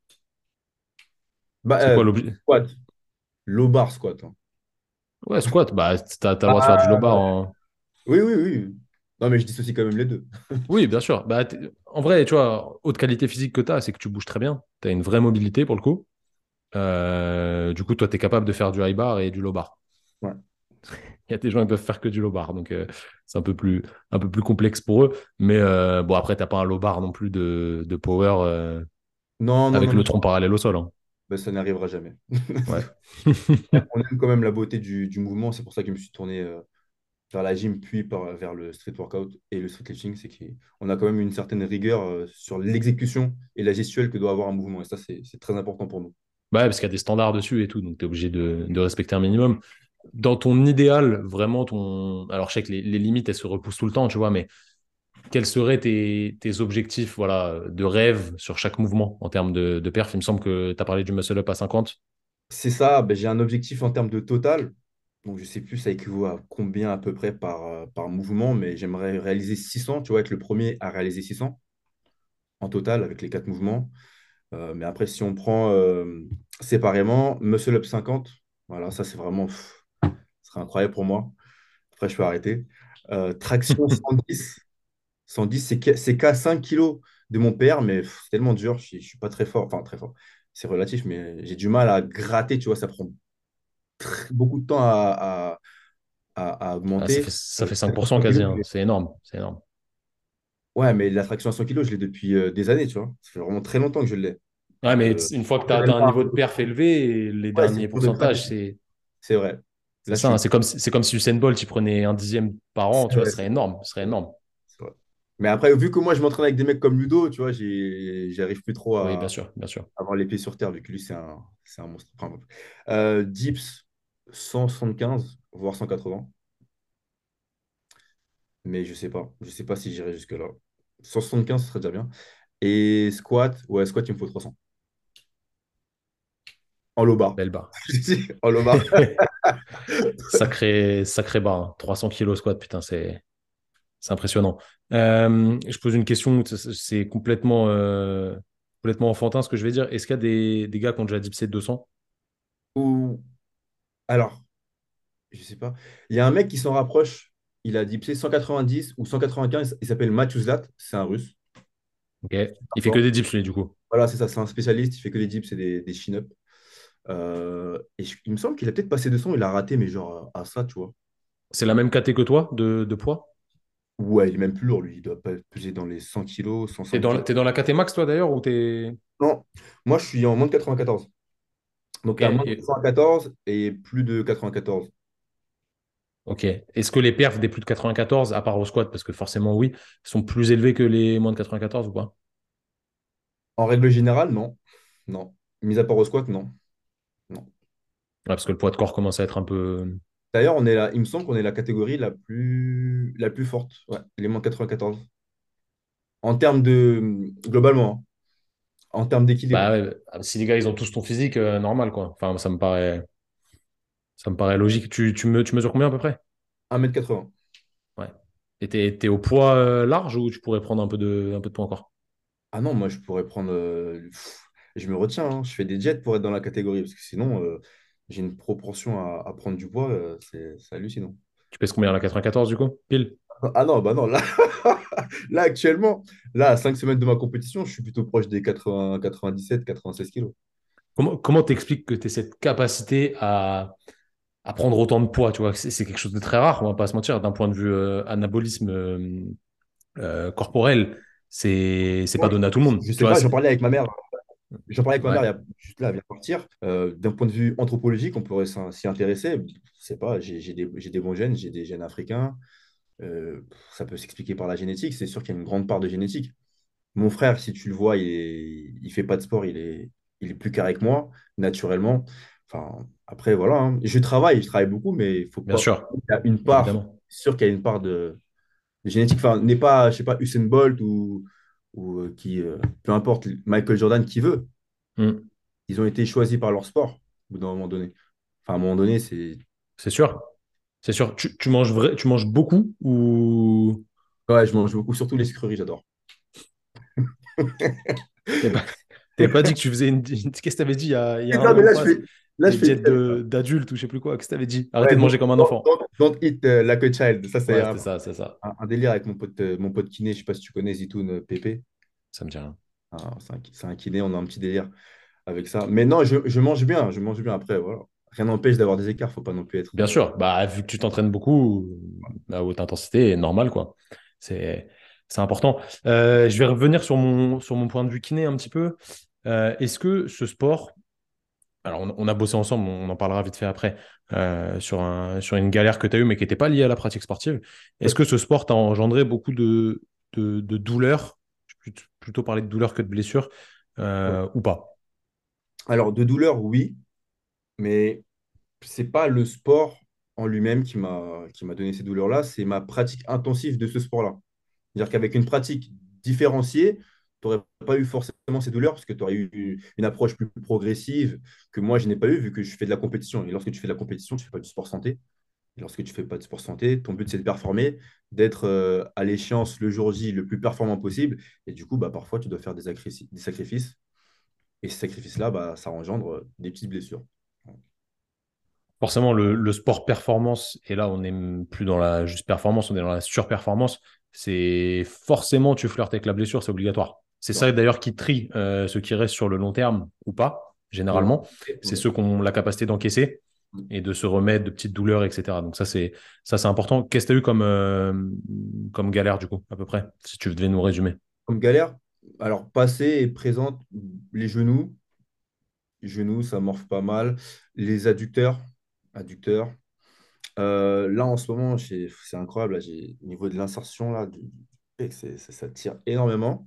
Bah, C'est quoi l'objet? squat, low bar squat, hein. Ouais, squat. Bah, t'as le droit de faire du low Ah, bar en. oui, oui, oui. Non, mais je dissocie quand même les deux. Oui, bien sûr. Bah, en vrai, tu vois, haute qualité physique que t'as, c'est que tu bouges très bien. T'as une vraie mobilité pour le coup. Du coup, toi, tu es capable de faire du high bar et du low bar. Ouais. Il y a des gens qui peuvent faire que du low bar, donc c'est un peu plus complexe pour eux. Mais bon, après, t'as pas un low bar non plus de power Non, non, avec non, le non. tronc parallèle au sol, hein. Ben, ça n'arrivera jamais. Ouais. On aime quand même la beauté du mouvement. C'est pour ça que je me suis tourné vers la gym, puis vers le street workout et le street lifting. C'est qu'on a quand même une certaine rigueur sur l'exécution et la gestuelle que doit avoir un mouvement. Et ça, c'est très important pour nous. Ouais, parce qu'il y a des standards dessus et tout, donc tu es obligé de respecter un minimum. Dans ton idéal, vraiment, alors je sais que les limites, elles se repoussent tout le temps, tu vois, mais quels seraient tes objectifs, voilà, de rêve sur chaque mouvement en termes de perf? Il me semble que tu as parlé du muscle up à 50. C'est ça, ben, j'ai un objectif en termes de total. Donc, je sais plus ça équivaut à combien à peu près par mouvement, mais j'aimerais réaliser 600, tu vois, être le premier à réaliser 600 en total avec les 4 mouvements. Mais après, si on prend séparément, muscle up 50, voilà, ça c'est vraiment, ce serait incroyable pour moi. Après, je peux arrêter. Traction 110, 110 c'est qu'à 5 kilos. de mon père, mais c'est tellement dur, je suis pas très fort, enfin très fort, c'est relatif, mais j'ai du mal à gratter, tu vois, ça prend beaucoup de temps à Ah, augmenter. ça fait Traction 5% 100 quasi, kilos, hein. C'est énorme. C'est énorme. ouais, mais la traction à 100 kilos, je l'ai depuis des années, tu vois. Ça fait vraiment très longtemps que je l'ai. Ouais, Donc, mais une fois que tu as atteint un personnellement, niveau de perf élevé, les ouais, c'est derniers dur de pourcentages, gratter, c'est vrai. c'est Là, ça, hein. C'est comme si Usain Bolt, il prenait un dixième par an, c'est tu vois, vrai, ce serait c'est vrai. énorme. Ce serait énorme. C'est vrai. Mais après, vu que moi, je m'entraîne avec des mecs comme Ludo, tu vois, j'arrive plus trop Oui, bien à sûr, bien sûr. avoir les pieds sur terre, vu que lui, c'est un monstre. Enfin, bref. Dips, 175, voire 180. Mais je sais pas. Je sais pas si j'irai jusque-là. 175, ce serait déjà bien. Et squat, ouais, squat, il me faut 300. En low bar. Belle barre. En low bar. Sacré barre, hein. 300 kilos squat, putain, c'est impressionnant. Je pose une question, c'est complètement enfantin ce que je vais dire. Est-ce qu'il y a des gars qui ont déjà dipsé 200? Ou, alors, je sais pas. Il y a un mec qui s'en rapproche. Il a dipsé 190 ou 195. Il s'appelle Mathieu Zlat. C'est un russe. Ok. Il fait que des dips, lui, du coup. Voilà, c'est ça, c'est un spécialiste, il fait que des dips et des chin-ups. Il me semble qu'il a peut-être passé 200, il a raté, mais genre à ça, tu vois. C'est la même caté que toi de poids? Ouais, il est même plus lourd, lui, il doit pas peser dans les 100 kilos, 105 kilos. T'es dans la caté max, toi, d'ailleurs, ou t'es... Non, moi je suis en moins de 94. Donc Ok. là, moins de 94 et plus de 94. Ok. Est-ce que les perfs des plus de 94, à part au squat, parce que forcément oui, sont plus élevés que les moins de 94 ou pas? En règle générale, non. Non. Mis à part au squat, non. Non. Ouais, parce que le poids de corps commence à être un peu... D'ailleurs, on est là, il me semble qu'on est la catégorie la plus forte. Ouais, les moins de 94. En termes de. Globalement, hein, en termes d'équilibre. Bah ouais, si les gars, ils ont tous ton physique, normal, quoi. Enfin, ça me paraît logique. Tu mesures combien à peu près? 1,80 m. Ouais. Et t'es au poids large ou tu pourrais prendre un peu de poids encore? Ah non, moi je pourrais prendre. Je me retiens, hein. Je fais des jets pour être dans la catégorie, parce que sinon, j'ai une proportion à prendre du poids, c'est hallucinant. Tu pèses combien là, 94 du coup? Pile. Ah non, bah non, là, là actuellement, là, à 5 semaines de ma compétition, je suis plutôt proche des 80, 97, 96 kilos. Comment t'expliques que tu cette capacité à prendre autant de poids, tu vois? C'est quelque chose de très rare, on va pas se mentir, d'un point de vue anabolisme corporel, c'est pas Moi, donné à tout le monde. je Tu sais vois, pas, j'en parlais avec ma mère. J'en parlais avec ma mère, ouais, il y a juste là, elle vient de partir. D'un point de vue anthropologique, on pourrait s'y intéresser. Je sais pas, j'ai des bons gènes, j'ai des gènes africains. Ça peut s'expliquer par la génétique. C'est sûr qu'il y a une grande part de génétique. Mon frère, si tu le vois, il fait pas de sport, il est plus carré que moi, naturellement. Enfin, après, voilà, hein. Je travaille beaucoup, mais il faut bien pas. sûr, Il y a une part, évidemment. c'est sûr qu'il y a une part de génétique. Enfin, n'est pas, je sais pas, Usain Bolt ou peu importe, Michael Jordan qui veut. Hmm. Ils ont été choisis par leur sport, au bout d'un moment donné. Enfin, à un moment donné, c'est. C'est sûr, c'est sûr. Tu manges beaucoup ou Ouais, je mange beaucoup, surtout les sucreries, j'adore. t'avais pas, t'avais pas dit que tu faisais qu'est-ce que t'avais dit il y a un Non, an mais ou quoi? là, je Des fais diètes diète. d'adulte ou je sais plus quoi. Qu'est-ce que t'avais dit? Arrêtez Ouais, de manger comme un enfant. don't eat like a child. Ça, c'est Ouais, c'était ça, c'est ça. un délire avec mon pote kiné. Je sais pas si tu connais Zitoun Pépé. Ça me dit rien. C'est un kiné. On a un petit délire avec ça. Mais non, je mange bien. Je mange bien après. Voilà. Rien n'empêche d'avoir des écarts. Faut pas non plus être. Bien sûr, bah, vu que tu t'entraînes beaucoup, à haute intensité, normal, quoi. C'est, c'est important. Je vais revenir sur mon point de vue kiné un petit peu. Est-ce que ce sport, alors on a bossé ensemble, on en parlera vite fait après, sur une galère que tu as eue, mais qui n'était pas liée à la pratique sportive. Est-ce que ce sport t'a engendré beaucoup de douleurs? Je vais plutôt parler de douleurs que de blessures, Ouais. ou pas? Alors, de douleur, oui. Mais c'est pas le sport en lui-même qui m'a donné ces douleurs-là. C'est ma pratique intensive de ce sport-là. C'est-à-dire qu'avec une pratique différenciée, tu n'aurais pas eu forcément ces douleurs parce que tu aurais eu une approche plus progressive que moi, je n'ai pas eu vu que je fais de la compétition. Et lorsque tu fais de la compétition, tu ne fais pas du sport santé. Et lorsque tu ne fais pas de sport santé, ton but, c'est de performer, d'être à l'échéance le jour J le plus performant possible. Et du coup, bah, parfois, tu dois faire des sacrifices. Et ces sacrifices-là, bah, ça engendre des petites blessures. Forcément, le sport performance, et là, on n'est plus dans la juste performance, on est dans la surperformance. C'est forcément, tu flirtes avec la blessure, c'est obligatoire. C'est ça d'ailleurs qui trie ceux qui restent sur le long terme ou pas, Ouais. généralement. C'est Ouais. ceux qui ont la capacité d'encaisser et de se remettre de petites douleurs, etc. Donc ça, c'est important. Qu'est-ce que tu as eu comme galère, du coup, à peu près, si tu devais nous résumer? Comme galère, alors passée et présente, les genoux. Les genoux, ça morphe pas mal. Les adducteurs. Là, en ce moment, c'est incroyable. Là, au niveau de l'insertion, là, du pec, ça tire énormément.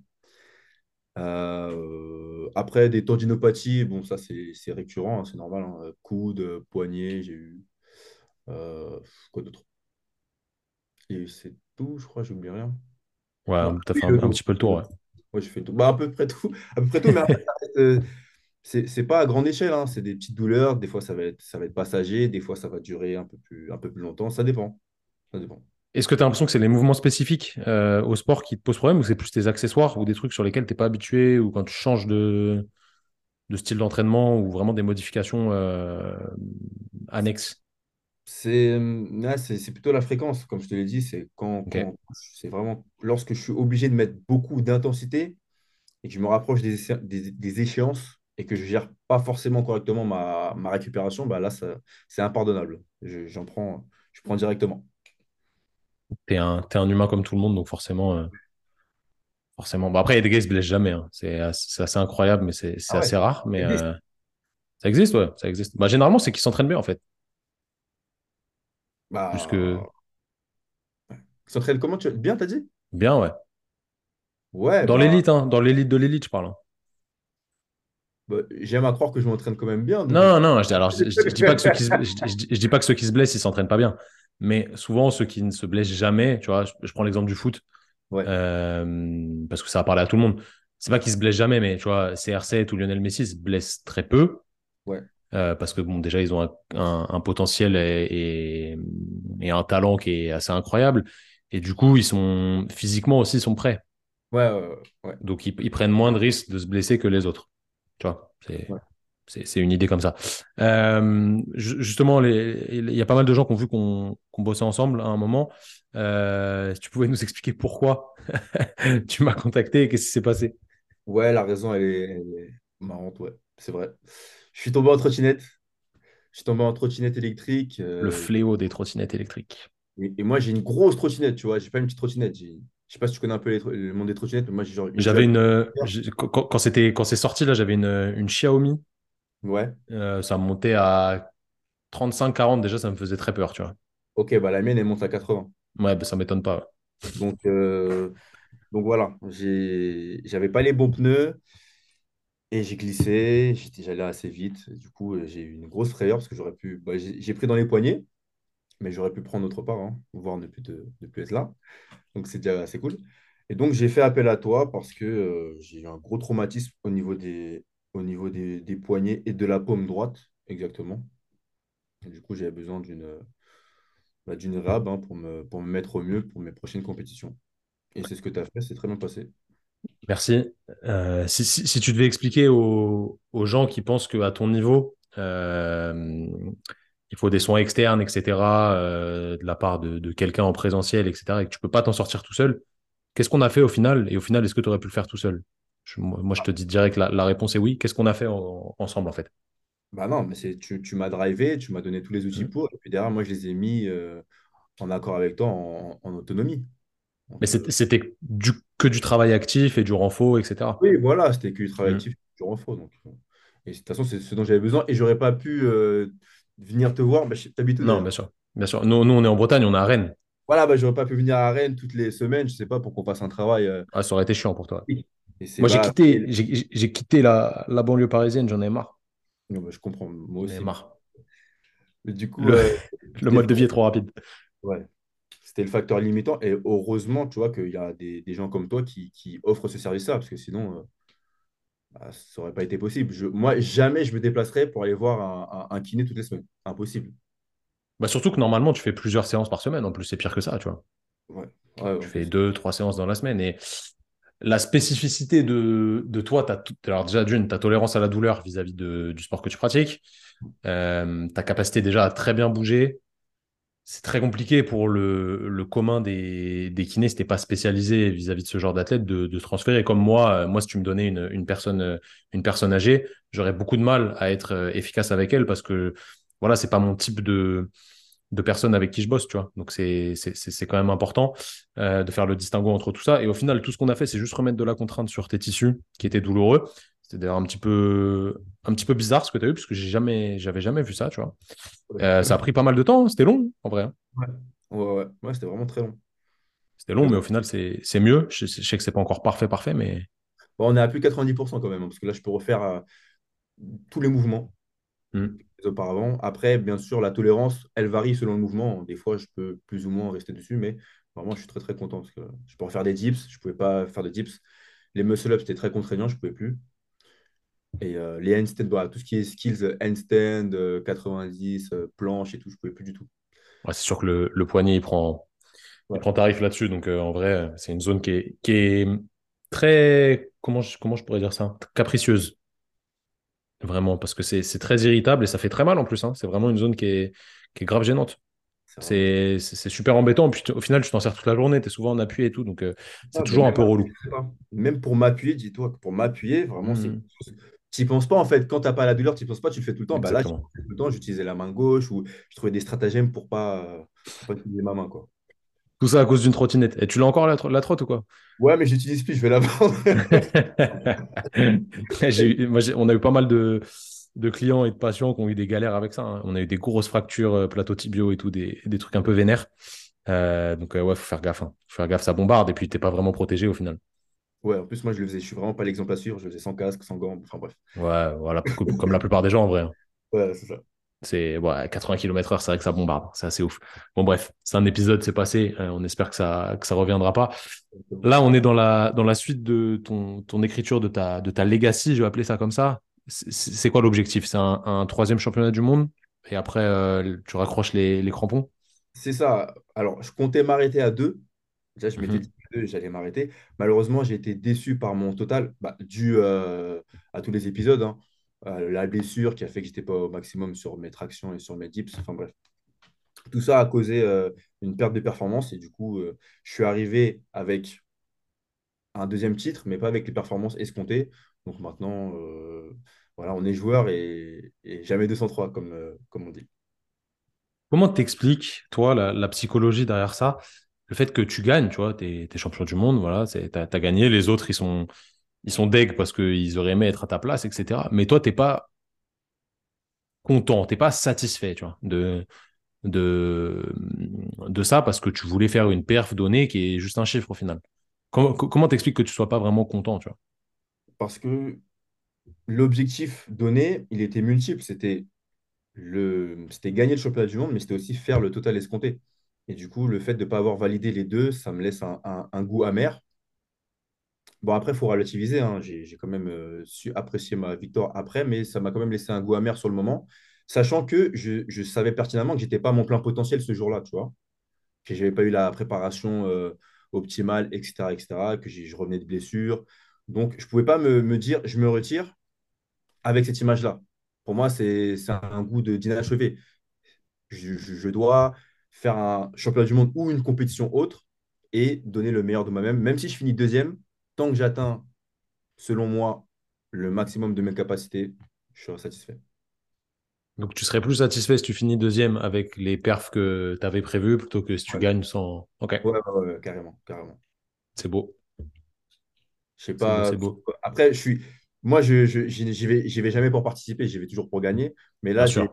Après, des tendinopathies, bon, ça, c'est récurrent, hein, c'est normal, hein. Coude, poignet, j'ai eu. euh, quoi d'autre? Et c'est tout, je crois, j'oublie rien. Ouais, Non, tu as oui, fait le un dos. petit peu le Le tour, dos. ouais. Ouais, je fais tout. Bah, à peu près tout. À peu près tout, mais après, c'est pas à grande échelle, hein. C'est des petites douleurs. Des fois, ça va être passager. Des fois, ça va durer un peu plus longtemps. Ça dépend. Ça dépend. Est-ce que tu as l'impression que c'est les mouvements spécifiques au sport qui te posent problème ou c'est plus tes accessoires ou des trucs sur lesquels tu n'es pas habitué ou quand tu changes de style d'entraînement ou vraiment des modifications annexes? Là, c'est plutôt la fréquence, comme je te l'ai dit. C'est Ok. c'est vraiment lorsque je suis obligé de mettre beaucoup d'intensité et que je me rapproche des échéances et que je gère pas forcément correctement ma récupération, bah là, c'est impardonnable. Je prends directement. T'es un humain comme tout le monde, donc forcément. Bon, après, il y a des gars qui se blessent jamais, hein. C'est assez incroyable, mais c'est Ah ouais, assez rare. ça Mais existe. ça existe, ouais, ça existe. Bah, généralement, c'est qu'ils s'entraînent bien, en fait. Plus que Bah, ça s'entraîne comment bien, t'as dit? bien, ouais. Ouais, Dans bah, l'élite, hein, dans l'élite de l'élite, je parle, hein. j'aime à croire que je m'entraîne quand même bien, donc je... Non, non, je dis pas que je dis pas que ceux qui se blessent, ils s'entraînent pas bien. Mais souvent, ceux qui ne se blessent jamais, tu vois, je prends l'exemple du foot, Ouais, parce que ça va parler à tout le monde. C'est pas qu'ils se blessent jamais, mais tu vois, CR7 ou Lionel Messi se blessent très peu. ouais, Parce que bon, déjà, ils ont un potentiel et un talent qui est assez incroyable. Et du coup, physiquement aussi, ils sont prêts. ouais, ouais, Donc, ils prennent moins de risques de se blesser que les autres. Tu vois, ouais. c'est une idée comme ça. Justement, il y a pas mal de gens qui ont vu qu'on bossait ensemble à un moment. Si tu pouvais nous expliquer pourquoi tu m'as contacté et qu'est-ce qui s'est passé? Ouais, la raison, elle est marrante, ouais, c'est vrai. Je suis tombé en trottinette. Je suis tombé en trottinette électrique. Le fléau des trottinettes électriques. Et moi, j'ai une grosse trottinette, tu vois. J'ai pas une petite trottinette. Je sais pas si tu connais un peu le monde des trottinettes, mais moi, j'ai genre une J'avais Jaguar. une, quand c'est sorti là, j'avais une Xiaomi. Ouais. Ça montait à 35-40 déjà, ça me faisait très peur, tu vois. Ok, bah la mienne, elle monte à 80. Ouais, bah, ça m'étonne pas. Donc voilà, j'avais pas les bons pneus et j'ai glissé. J'allais assez vite. Du coup, j'ai eu une grosse frayeur parce que j'aurais pu. Bah, j'ai pris dans les poignets, mais j'aurais pu prendre autre part, hein, voire ne plus être là. Donc c'est déjà assez cool. Et donc j'ai fait appel à toi parce que j'ai eu un gros traumatisme au niveau des poignets et de la paume droite, exactement. Et du coup, j'avais besoin d'une rab, hein, pour me mettre au mieux pour mes prochaines compétitions. Et c'est ce que tu as fait, c'est très bien passé. Merci. Si tu devais expliquer aux gens qui pensent qu'à ton niveau, il faut des soins externes, etc., de la part de quelqu'un en présentiel, etc., et que tu peux pas t'en sortir tout seul, qu'est-ce qu'on a fait au final? Et au final, est-ce que tu aurais pu le faire tout seul? Moi, je te dis direct, la réponse est oui. Qu'est-ce qu'on a fait ensemble, en fait? Bah non, mais tu m'as drivé, tu m'as donné tous les outils Hmm. pour, et puis derrière, moi, je les ai mis en accord avec toi en autonomie. Mais Donc, c'était que du travail actif et du renfort, etc. oui, voilà, c'était que du travail Hmm. actif, du renfort. Donc, et de toute façon, c'est ce dont j'avais besoin, et j'aurais pas pu venir te voir. Bah, t'habites où Non, d'ailleurs? bien sûr. Bien sûr. Nous, on est en Bretagne, on est à Rennes. Voilà, bah, j'aurais pas pu venir à Rennes toutes les semaines, je sais pas, pour qu'on fasse un travail. Ah, ça aurait été chiant pour toi. Et c'est Moi, voilà. j'ai quitté la banlieue parisienne, j'en ai marre. Non, bah, je comprends, moi J'en ai aussi. marre. Mais du coup, Le, le c'était le, mode de vie est trop rapide. ouais, c'était le facteur limitant. Et heureusement, tu vois, qu'il y a des gens comme toi qui offrent ce service-là, parce que sinon, bah, ça aurait pas été possible. Moi, jamais je me déplacerais pour aller voir un kiné toutes les semaines. Impossible. Bah, surtout que normalement, tu fais plusieurs séances par semaine. En plus, c'est pire que ça, tu vois. Ouais, ouais, Tu en fais plus. 2, 3 séances dans la semaine. Et la spécificité de toi, alors déjà, d'une, ta tolérance à la douleur vis-à-vis du sport que tu pratiques, ta capacité déjà à très bien bouger, c'est très compliqué pour le commun des kinés, si t'es pas spécialisé vis-à-vis de ce genre d'athlète, de se transférer. Comme moi, moi, si tu me donnais une personne âgée, j'aurais beaucoup de mal à être efficace avec elle parce que voilà, c'est pas mon type de personne avec qui je bosse, tu vois. Donc c'est quand même important de faire le distinguo entre tout ça. Et au final, tout ce qu'on a fait, c'est juste remettre de la contrainte sur tes tissus qui étaient douloureux. C'était d'ailleurs un petit peu bizarre ce que tu as eu, parce que j'avais jamais vu ça, tu vois. Ouais, Ça a pris pas mal de temps, hein. C'était long, en vrai, hein. ouais, ouais, ouais, c'était vraiment très long. C'était long, Très mais long. au final, c'est mieux. Je sais que c'est pas encore parfait, parfait, mais. Bon, on est à plus de 90% quand même, hein, parce que là, je peux refaire tous les mouvements Hmm. auparavant. Après, bien sûr, la tolérance, elle varie selon le mouvement. Des fois, je peux plus ou moins rester dessus, mais vraiment, je suis très, très content parce que je peux refaire des dips. Je ne pouvais pas faire de dips. Les muscle-ups, c'était très contraignant, je ne pouvais plus. Et les handstands, voilà, tout ce qui est skills, handstand, 90, planche et tout, je ne pouvais plus du tout. Ouais, c'est sûr que le poignet, il Ouais, prend tarif là-dessus. Donc, en vrai, c'est une zone qui est très. Comment je pourrais dire ça? Capricieuse. Vraiment, parce que c'est très irritable et ça fait très mal en plus, hein. C'est vraiment une zone qui est grave gênante. c'est vraiment très. C'est super embêtant. Puis au final, tu t'en sers toute la journée, tu es souvent en appui et tout. Donc, c'est Ah, ben toujours un même, peu relou. je sais pas. Même pour m'appuyer, dis-toi que pour m'appuyer, vraiment, c'est. Mhm. Tu n'y penses pas en fait. Quand tu n'as pas la douleur, tu n'y penses pas, tu le fais tout le temps. Bah là, j'y Exactement. pensais tout le temps, j'utilisais la main gauche ou je trouvais des stratagèmes pour pas utiliser ma main, quoi. Tout ça à cause d'une trottinette. Et tu l'as encore la trotte ou quoi? Ouais, mais j'utilise plus, je vais la vendre. On a eu pas mal de clients et de patients qui ont eu des galères avec ça, hein. On a eu des grosses fractures, plateau tibiaux et tout, des trucs un peu vénères. Donc, ouais, faut faire gaffe, hein. Faut faire gaffe, ça bombarde et puis t'es pas vraiment protégé au final. Ouais, en plus, moi, je le faisais, je suis vraiment pas l'exemple à suivre. Je le faisais sans casque, sans gants, enfin bref. Ouais, voilà, comme la plupart des gens en vrai, hein. Ouais, c'est ça. C'est ouais, 80 km/h, c'est vrai que ça bombarde. C'est assez ouf. Bon, bref, c'est un épisode, c'est passé. On espère que ça reviendra pas. Là, on est dans la suite de ton écriture, de ta legacy, je vais appeler ça comme ça. C'est quoi l'objectif? C'est un troisième championnat du monde et après, tu raccroches les crampons? C'est ça. Alors, je comptais m'arrêter à deux. Déjà, je m'étais Mhm, dit que deux, j'allais m'arrêter. Malheureusement, j'ai été déçu par mon total, bah, dû à tous les épisodes, hein. La blessure qui a fait que j'étais pas au maximum sur mes tractions et sur mes dips. Enfin bref, tout ça a causé une perte de performance et du coup, je suis arrivé avec un deuxième titre, mais pas avec les performances escomptées. Donc maintenant, voilà, on est joueur et jamais 203, comme on dit. Comment t'expliques, toi, la psychologie derrière ça? Le fait que tu gagnes, tu vois, t'es champion du monde, voilà, t'as gagné, les autres, ils sont deg parce qu'ils auraient aimé être à ta place, etc. Mais toi, t'es pas content, t'es pas satisfait, tu vois, de, de ça parce que tu voulais faire une perf donnée qui est juste un chiffre au final. Comment t'expliques que tu sois pas vraiment content, tu vois? Parce que l'objectif donné, il était multiple. C'était gagner le championnat du monde, mais c'était aussi faire le total escompté. Et du coup, le fait de ne pas avoir validé les deux, ça me laisse un goût amer. Bon, après, il faut relativiser, hein. J'ai quand même su apprécier ma victoire après, mais ça m'a quand même laissé un goût amer sur le moment, sachant que je savais pertinemment que j'étais pas à mon plein potentiel ce jour-là, tu vois, que je n'avais pas eu la préparation optimale, etc., etc., que je revenais de blessure. Donc, je ne pouvais pas me dire, je me retire avec cette image-là. Pour moi, c'est un goût d'inachevé. Je dois faire un championnat du monde ou une compétition autre et donner le meilleur de moi-même. Même si je finis deuxième, tant que j'atteins, selon moi, le maximum de mes capacités, je serai satisfait. Donc tu serais plus satisfait si tu finis deuxième avec les perfs que tu avais prévus plutôt que si tu Ouais, gagnes sans. Ok, ouais, ouais, ouais, carrément, carrément. c'est beau, Je sais c'est beau, pas. c'est beau. Après, moi, j'y vais jamais pour participer, j'y vais toujours pour gagner. Mais Bien là, sûr.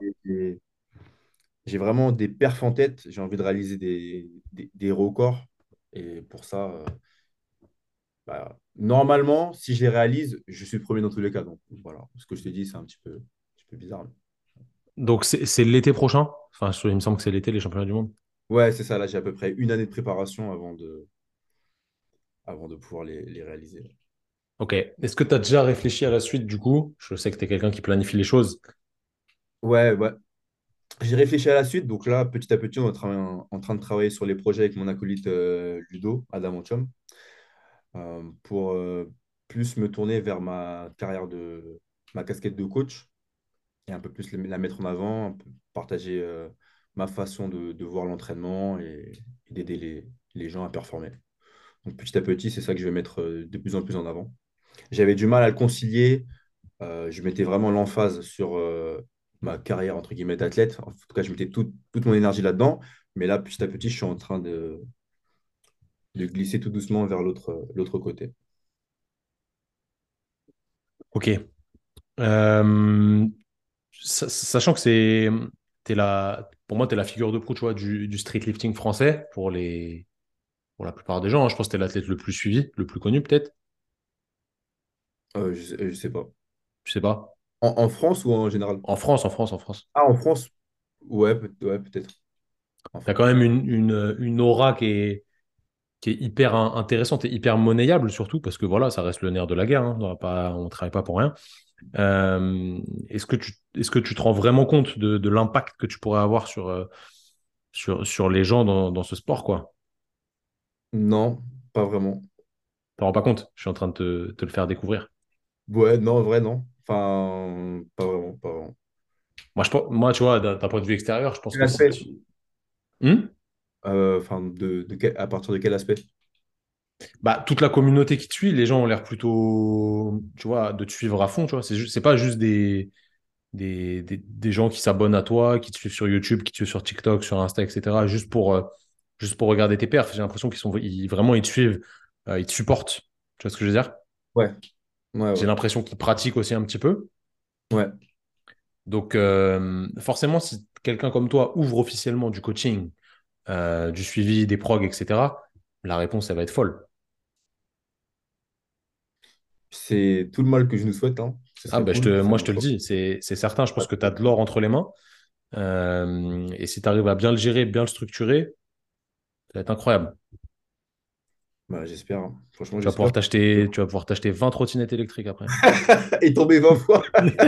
j'ai vraiment des perfs en tête. J'ai envie de réaliser des records. Et pour ça, bah, normalement, si je les réalise, je suis le premier dans tous les cas. Donc voilà, ce que je te dis, c'est un petit peu bizarre. Donc c'est l'été prochain. Enfin, il me semble que c'est l'été les championnats du monde. Ouais, c'est ça. Là, j'ai à peu près une année de préparation avant de pouvoir les réaliser. Ok. Est-ce que tu as déjà réfléchi à la suite du coup? Je sais que tu es quelqu'un qui planifie les choses. Ouais, ouais. J'ai réfléchi à la suite. Donc là, petit à petit, on est en train de travailler sur les projets avec mon acolyte Ludo, Adam Anchom, pour plus me tourner vers ma casquette de coach et un peu plus la mettre en avant, un peu partager ma façon de voir l'entraînement et d'aider les gens à performer. Donc petit à petit, c'est ça que je vais mettre de plus en plus en avant. J'avais du mal à le concilier. Je mettais vraiment l'emphase sur ma carrière, entre guillemets, d'athlète. En tout cas, je mettais toute mon énergie là-dedans. Mais là, petit à petit, je suis en train de glisser tout doucement vers l'autre côté. Ok. Euh, sachant que pour moi, tu es la figure de proue, tu vois, du streetlifting français pour la plupart des gens, hein. Je pense que tu es l'athlète le plus suivi, le plus connu peut-être. Je sais pas. Je sais pas. En France ou en général? En France, en France, en France. Ah, en France? Ouais, ouais, peut-être. En Tu as quand France. même une aura qui est hyper intéressante et hyper monnayable, surtout parce que voilà, ça reste le nerf de la guerre, hein. On ne travaille pas pour rien. Est-ce que tu te rends vraiment compte de l'impact que tu pourrais avoir sur les gens dans ce sport, quoi? Non, pas vraiment. Tu te rends pas compte? Je suis en train de te le faire découvrir. Ouais, non, en vrai, non. Enfin, pas vraiment, pas vraiment. Moi, tu vois, d'un point de vue extérieur, je pense Quel que si aspect? tu... Hmm. Enfin, à partir de quel aspect? Bah, toute la communauté qui te suit, les gens ont l'air plutôt, tu vois, de te suivre à fond, tu vois. C'est pas juste des gens qui s'abonnent à toi, qui te suivent sur YouTube, qui te suivent sur TikTok, sur Insta, etc., juste pour regarder tes perfs. J'ai l'impression vraiment, ils te suivent, ils te supportent. Tu vois ce que je veux dire? Ouais, ouais, J'ai ouais. l'impression qu'ils pratiquent aussi un petit peu. Ouais. Donc, forcément, si quelqu'un comme toi ouvre officiellement du coaching, du suivi, des progs, etc., la réponse, elle va être folle. C'est tout le mal que je nous souhaite, hein. Ce Ah, serait ben, cool. moi, je te le dis, c'est certain. Je pense que tu as de l'or entre les mains. Et si tu arrives à bien le gérer, bien le structurer, ça va être incroyable. Bah, j'espère, hein. Franchement, j'espère. Tu vas pouvoir t'acheter 20 trottinettes électriques après. Et tomber 20 fois.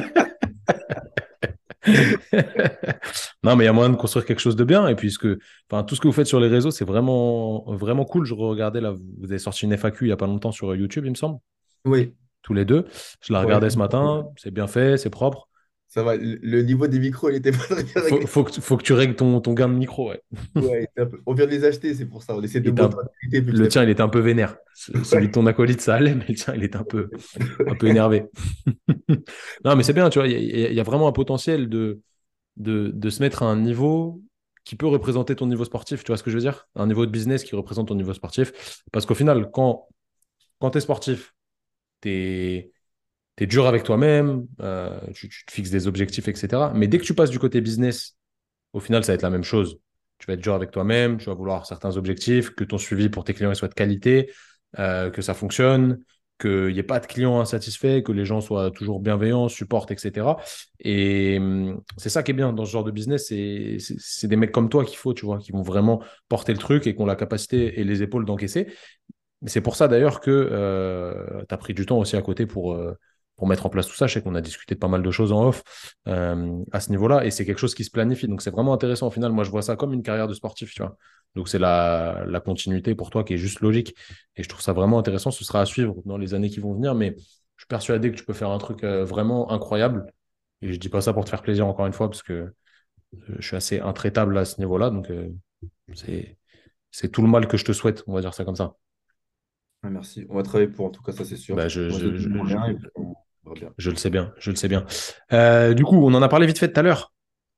Non, mais il y a moyen de construire quelque chose de bien. Et puis, enfin, tout ce que vous faites sur les réseaux, c'est vraiment, vraiment cool. Je regardais là, vous avez sorti une FAQ il n'y a pas longtemps sur YouTube, il me semble, Oui. tous les deux. Je la Ouais, regardais ce matin. C'est bien fait, c'est propre. ça va. Le niveau des micros, il était pas très bien réglé. Faut que tu règles ton gain de micro. Ouais. Ouais, on vient de les acheter, c'est pour ça. On essaie Il de était monter un- en qualité petit Le à tien, petit. il était un peu vénère. Celui de Ouais. ton acolyte, ça allait, mais le tien, il était un peu énervé. Non, mais c'est bien, tu vois, il y a vraiment un potentiel de se mettre à un niveau qui peut représenter ton niveau sportif, tu vois ce que je veux dire? Un niveau de business qui représente ton niveau sportif. Parce qu'au final, quand tu es sportif, tu es dur avec toi-même, tu te fixes des objectifs, etc. Mais dès que tu passes du côté business, au final, ça va être la même chose. Tu vas être dur avec toi-même, tu vas vouloir certains objectifs, que ton suivi pour tes clients il soit de qualité, que ça fonctionne, qu'il n'y ait pas de clients insatisfaits, que les gens soient toujours bienveillants, supportent, etc. Et c'est ça qui est bien dans ce genre de business, c'est des mecs comme toi qu'il faut, tu vois, qui vont vraiment porter le truc et qui ont la capacité et les épaules d'encaisser. Mais c'est pour ça d'ailleurs que tu as pris du temps aussi à côté pour mettre en place tout ça. Je sais qu'on a discuté de pas mal de choses en off à ce niveau-là et c'est quelque chose qui se planifie. Donc c'est vraiment intéressant au final. Moi, je vois ça comme une carrière de sportif, tu vois. Donc c'est la continuité pour toi qui est juste logique. Et je trouve ça vraiment intéressant. Ce sera à suivre dans les années qui vont venir. Mais je suis persuadé que tu peux faire un truc vraiment incroyable. Et je dis pas ça pour te faire plaisir encore une fois parce que je suis assez intraitable à ce niveau-là. Donc c'est, c'est tout le mal que je te souhaite, on va dire ça comme ça. Ah, merci. On va travailler pour, en tout cas, ça, c'est sûr. Bah, On va se donner les moyens et puis on verra bien. je le sais bien, je le sais bien. Du coup, on en a parlé vite fait tout à l'heure.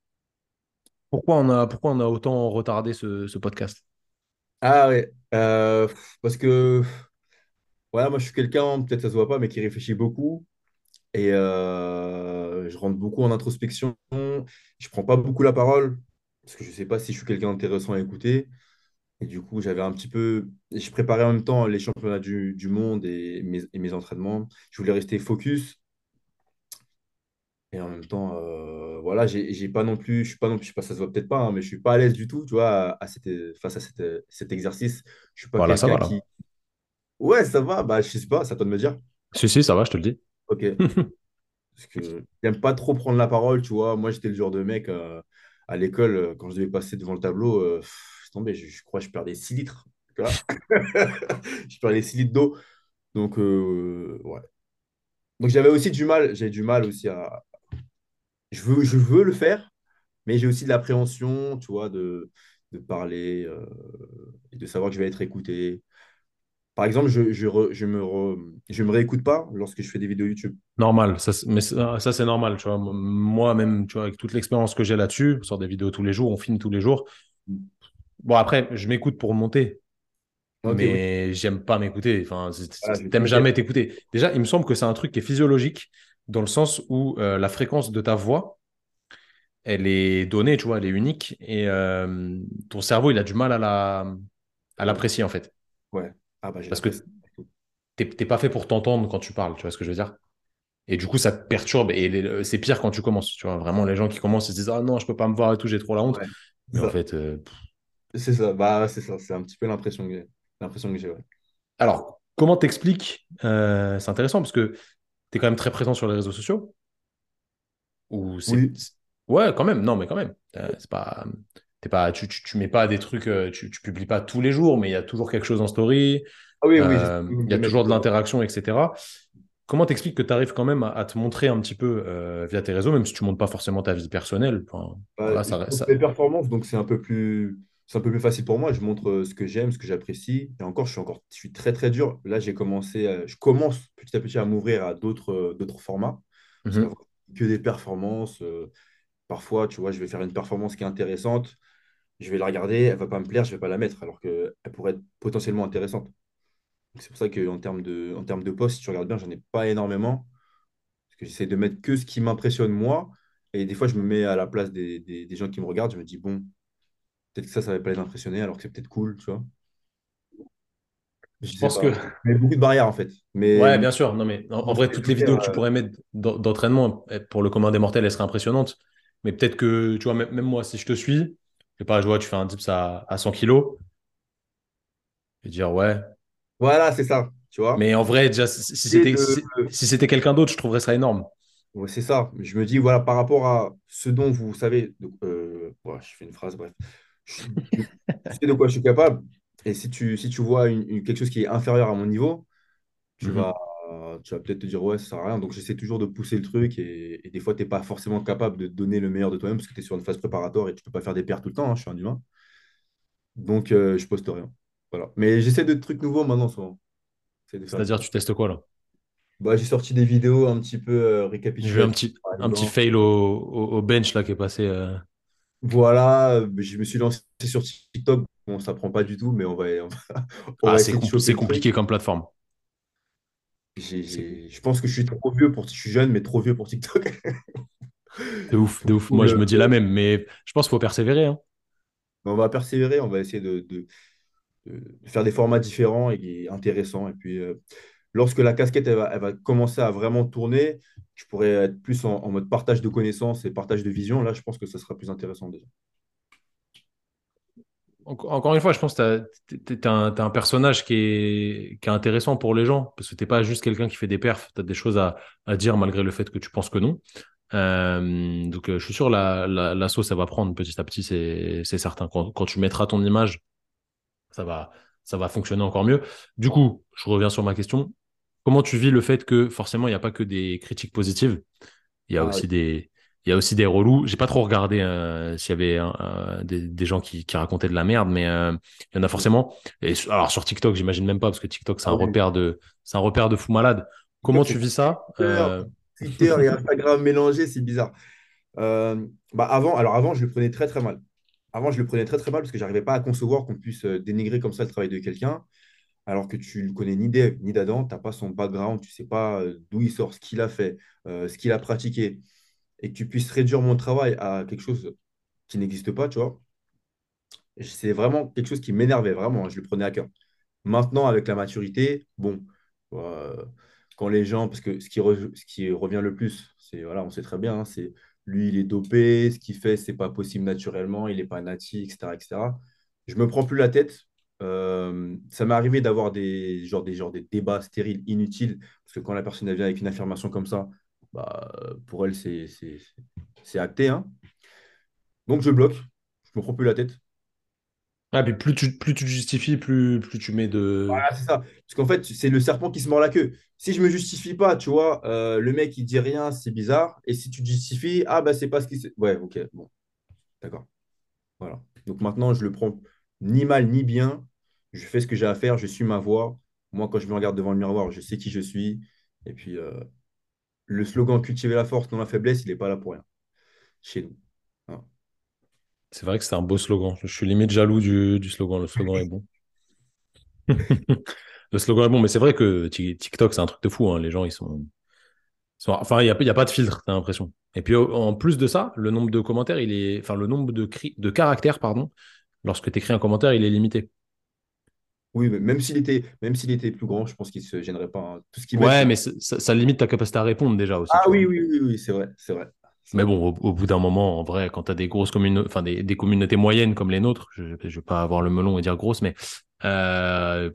Pourquoi on a autant retardé ce podcast? Ah ouais. Parce que, voilà, moi, je suis quelqu'un, peut-être ça se voit pas, mais qui réfléchit beaucoup. Et je rentre beaucoup en introspection. Je prends pas beaucoup la parole parce que je sais pas si je suis quelqu'un d'intéressant à écouter. Et du coup, j'avais un petit peu. Je préparais en même temps les championnats du monde et mes entraînements. Je voulais rester focus. Et en même temps, voilà, j'ai pas non plus. Je suis pas non plus. Je sais pas, ça se voit peut-être pas, hein, mais je suis pas à l'aise du tout, tu vois, face à cet exercice. Je suis pas Voilà, ça quelqu'un va là. qui. Ouais, ça va. Bah, je sais pas. Ça à toi de me dire. Si, si, ça va, je te le dis. Ok. Parce que j'aime pas trop prendre la parole, tu vois. Moi, j'étais le genre de mec à l'école, quand je devais passer devant le tableau, laisse tomber, je crois que je perdais 6 litres. Tu vois. Je perdais 6 litres d'eau. Donc, ouais. Donc, j'avais du mal aussi à. Je veux le faire, Mais j'ai aussi de l'appréhension, tu vois, de parler et de savoir que je vais être écouté. Par exemple, je me réécoute pas lorsque je fais des vidéos YouTube. Normal, mais ça, c'est normal, tu vois. Moi-même, tu vois, avec toute l'expérience que j'ai là-dessus, on sort des vidéos tous les jours, on filme tous les jours. Bon, après, je m'écoute pour monter, Ok, oui. mais j'aime pas m'écouter. Enfin, Voilà, je vais te t'aimes niquer. jamais t'écouter. Déjà, il me semble que c'est un truc qui est physiologique, dans le sens où la fréquence de ta voix, elle est donnée, tu vois, elle est unique, et ton cerveau, il a du mal à Euh, l'apprécier, en fait. ouais. Ah bah j'ai Parce l'apprécie. que t'es pas fait pour t'entendre quand tu parles, tu vois ce que je veux dire? Et du coup, ça te perturbe, et c'est pire quand tu commences, tu vois. Vraiment, les gens qui commencent, ils se disent, ah non, je peux pas me voir et tout, j'ai trop la honte. Ouais. Mais C'est en ça. fait, C'est ça. Bah c'est ça. C'est un petit peu l'impression que j'ai. L'impression que j'ai, ouais. alors, comment t'expliques c'est intéressant parce que tu es quand même très présent sur les réseaux sociaux. Ou Oui. Ouais, quand même. Non, mais quand même. C'est pas. T'es pas, tu mets pas des trucs, tu publies pas tous les jours, mais il y a toujours quelque chose en story, Ah oui, oui, j'essaie il y de a mettre. toujours de l'interaction, etc. Comment t'expliques que tu arrives quand même à te montrer un petit peu via tes réseaux, même si tu montres pas forcément ta vie personnelle. Enfin, voilà, Je ça reste montre ça. mes performances, donc c'est un peu plus facile pour moi. Je montre ce que j'aime, ce que j'apprécie. Et je suis très très dur. Là, je commence petit à petit à m'ouvrir à d'autres formats, parce Mhm. qu'avant que des performances. Parfois, tu vois, je vais faire une performance qui est intéressante, je vais la regarder, elle va pas me plaire, je vais pas la mettre, alors qu'elle pourrait être potentiellement intéressante. Donc, c'est pour ça en termes de posts, si tu regardes bien, j'en ai pas énormément, parce que j'essaie de mettre que ce qui m'impressionne moi. Et des fois, je me mets à la place des gens qui me regardent, je me dis, bon, peut-être que ça va pas les impressionner, alors que c'est peut-être cool, tu vois. Je Je sais pense que pas. Mais beaucoup de barrières, en fait. Mais ouais, bien sûr. Non, mais en commencer vrai, à toutes les m'ouvrir, vidéos que tu pourrais mettre d'entraînement pour le commun des mortels, elles seraient impressionnantes. Mais peut-être que, tu vois, même moi, si je te suis, je sais pas, je vois, tu fais un dips à 100 kilos, et dire ouais. voilà, c'est ça, tu vois. Mais en vrai, déjà, si Et c'était si c'était quelqu'un d'autre, je trouverais ça énorme. ouais, c'est ça. Je me dis, voilà, par rapport à ce dont vous savez, donc, ouais, je fais une phrase, bref. Tu sais de quoi je suis capable. Et si tu vois quelque chose qui est inférieur à mon niveau, tu vas, Mhm. tu vas peut-être te dire, ouais, ça sert à rien. Donc, j'essaie toujours de pousser le truc. Et des fois, tu n'es pas forcément capable de donner le meilleur de toi-même parce que tu es sur une phase préparatoire et tu ne peux pas faire des pertes tout le temps, hein, je suis un humain. Donc, je poste rien. Voilà. Mais j'essaie de trucs nouveaux maintenant, souvent. J'essaie de faire des C'est-à-dire, trucs. tu testes quoi là? Bah, j'ai sorti des vidéos un petit peu J'ai vu récapitulatives, par un petit exemple. fail au bench là qui est passé. Voilà, je me suis lancé sur TikTok. Bon, ça prend pas du tout, mais on Ah, va essayer de choper c'est le compliqué truc. comme plateforme. C'est Je pense que je suis trop vieux pour... Je suis jeune, mais trop vieux pour TikTok. de ouf, Faut de que je ouf. trouve Moi, je le... me dis la même, mais je pense qu'il faut persévérer, hein. Mais on va persévérer, on va essayer de faire des formats différents et intéressants. Et puis, lorsque la casquette elle va commencer à vraiment tourner, je pourrais être plus en mode partage de connaissances et partage de vision. Là, je pense que ça sera plus intéressant déjà. Encore une fois, je pense que t'as un personnage qui est intéressant pour les gens, parce que t'es pas juste quelqu'un qui fait des perfs, tu as des choses à dire malgré le fait que tu penses que non. Donc, je suis sûr la sauce, elle va prendre petit à petit, c'est certain. Quand tu mettras ton image, ça va, ça va fonctionner encore mieux. Du coup, je reviens sur ma question. Comment tu vis le fait que forcément, il n'y a pas que des critiques positives, il y a Ah oui. aussi il y a aussi des relous. J'ai pas trop regardé s'il y avait des gens qui racontaient de la merde, mais il y en a forcément. Et alors sur TikTok, j'imagine même pas parce que TikTok Ah oui. c'est un repère de fou malade. Comment TikTok, tu c'est vis ça? Twitter, Twitter et Instagram mélangés, c'est bizarre. Alors avant, je le prenais très très mal. Avant, je le prenais très très mal parce que j'arrivais pas à concevoir qu'on puisse dénigrer comme ça le travail de quelqu'un, alors que tu ne connais ni d'Ève ni d'Adam, tu n'as pas son background, tu sais pas d'où il sort, ce qu'il a fait, ce qu'il a pratiqué, et que tu puisses réduire mon travail à quelque chose qui n'existe pas, tu vois. C'est vraiment quelque chose qui m'énervait, vraiment, hein, je le prenais à cœur. Maintenant, avec la maturité, bon, euh, quand les gens, parce que ce qui revient le plus, c'est, voilà, on sait très bien, hein, c'est lui, il est dopé, ce qu'il fait, c'est pas possible naturellement, il n'est pas nati, etc., etc. Je me prends plus la tête. Ça m'est arrivé d'avoir des débats stériles, inutiles, parce que quand la personne elle vient avec une affirmation comme ça, bah, pour elle, c'est acté, hein. Donc je bloque, je me prends plus la tête. Ah, puis plus tu te justifies, plus tu mets de. Ah, c'est ça. Parce qu'en fait, c'est le serpent qui se mord la queue. Si je me justifie pas, tu vois, le mec il dit rien, c'est bizarre. Et si tu te justifies, ah bah c'est pas ce qui s'est. Ouais, ok, bon. D'accord. Voilà. Donc maintenant, je le prends ni mal ni bien. Je fais ce que j'ai à faire, je suis ma voix. Moi, quand je me regarde devant le miroir, je sais qui je suis. Et puis, le slogan cultiver la force, non la faiblesse, il n'est pas là pour rien. Chez nous. Voilà. C'est vrai que c'est un beau slogan. Je suis limite jaloux du slogan. Le slogan est bon. Le slogan est bon, mais c'est vrai que TikTok, c'est un truc de fou, hein. Les gens, enfin, il y a pas de filtre, t'as l'impression. Et puis, en plus de ça, le nombre de commentaires, enfin, le nombre de caractères, pardon, lorsque tu écris un commentaire, il est limité. Oui, mais même s'il était plus grand, je pense qu'il ne se gênerait pas, hein. Tout ce qu'ils mettent, Ouais, c'est. mais ça limite ta capacité à répondre déjà aussi, Ah tu oui, vois. oui, oui, oui, c'est vrai, c'est vrai. C'est Mais vrai. bon, au bout d'un moment, en vrai, quand tu as des grosses communautés, enfin des communautés moyennes comme les nôtres, je vais pas avoir le melon et dire grosses, mais euh,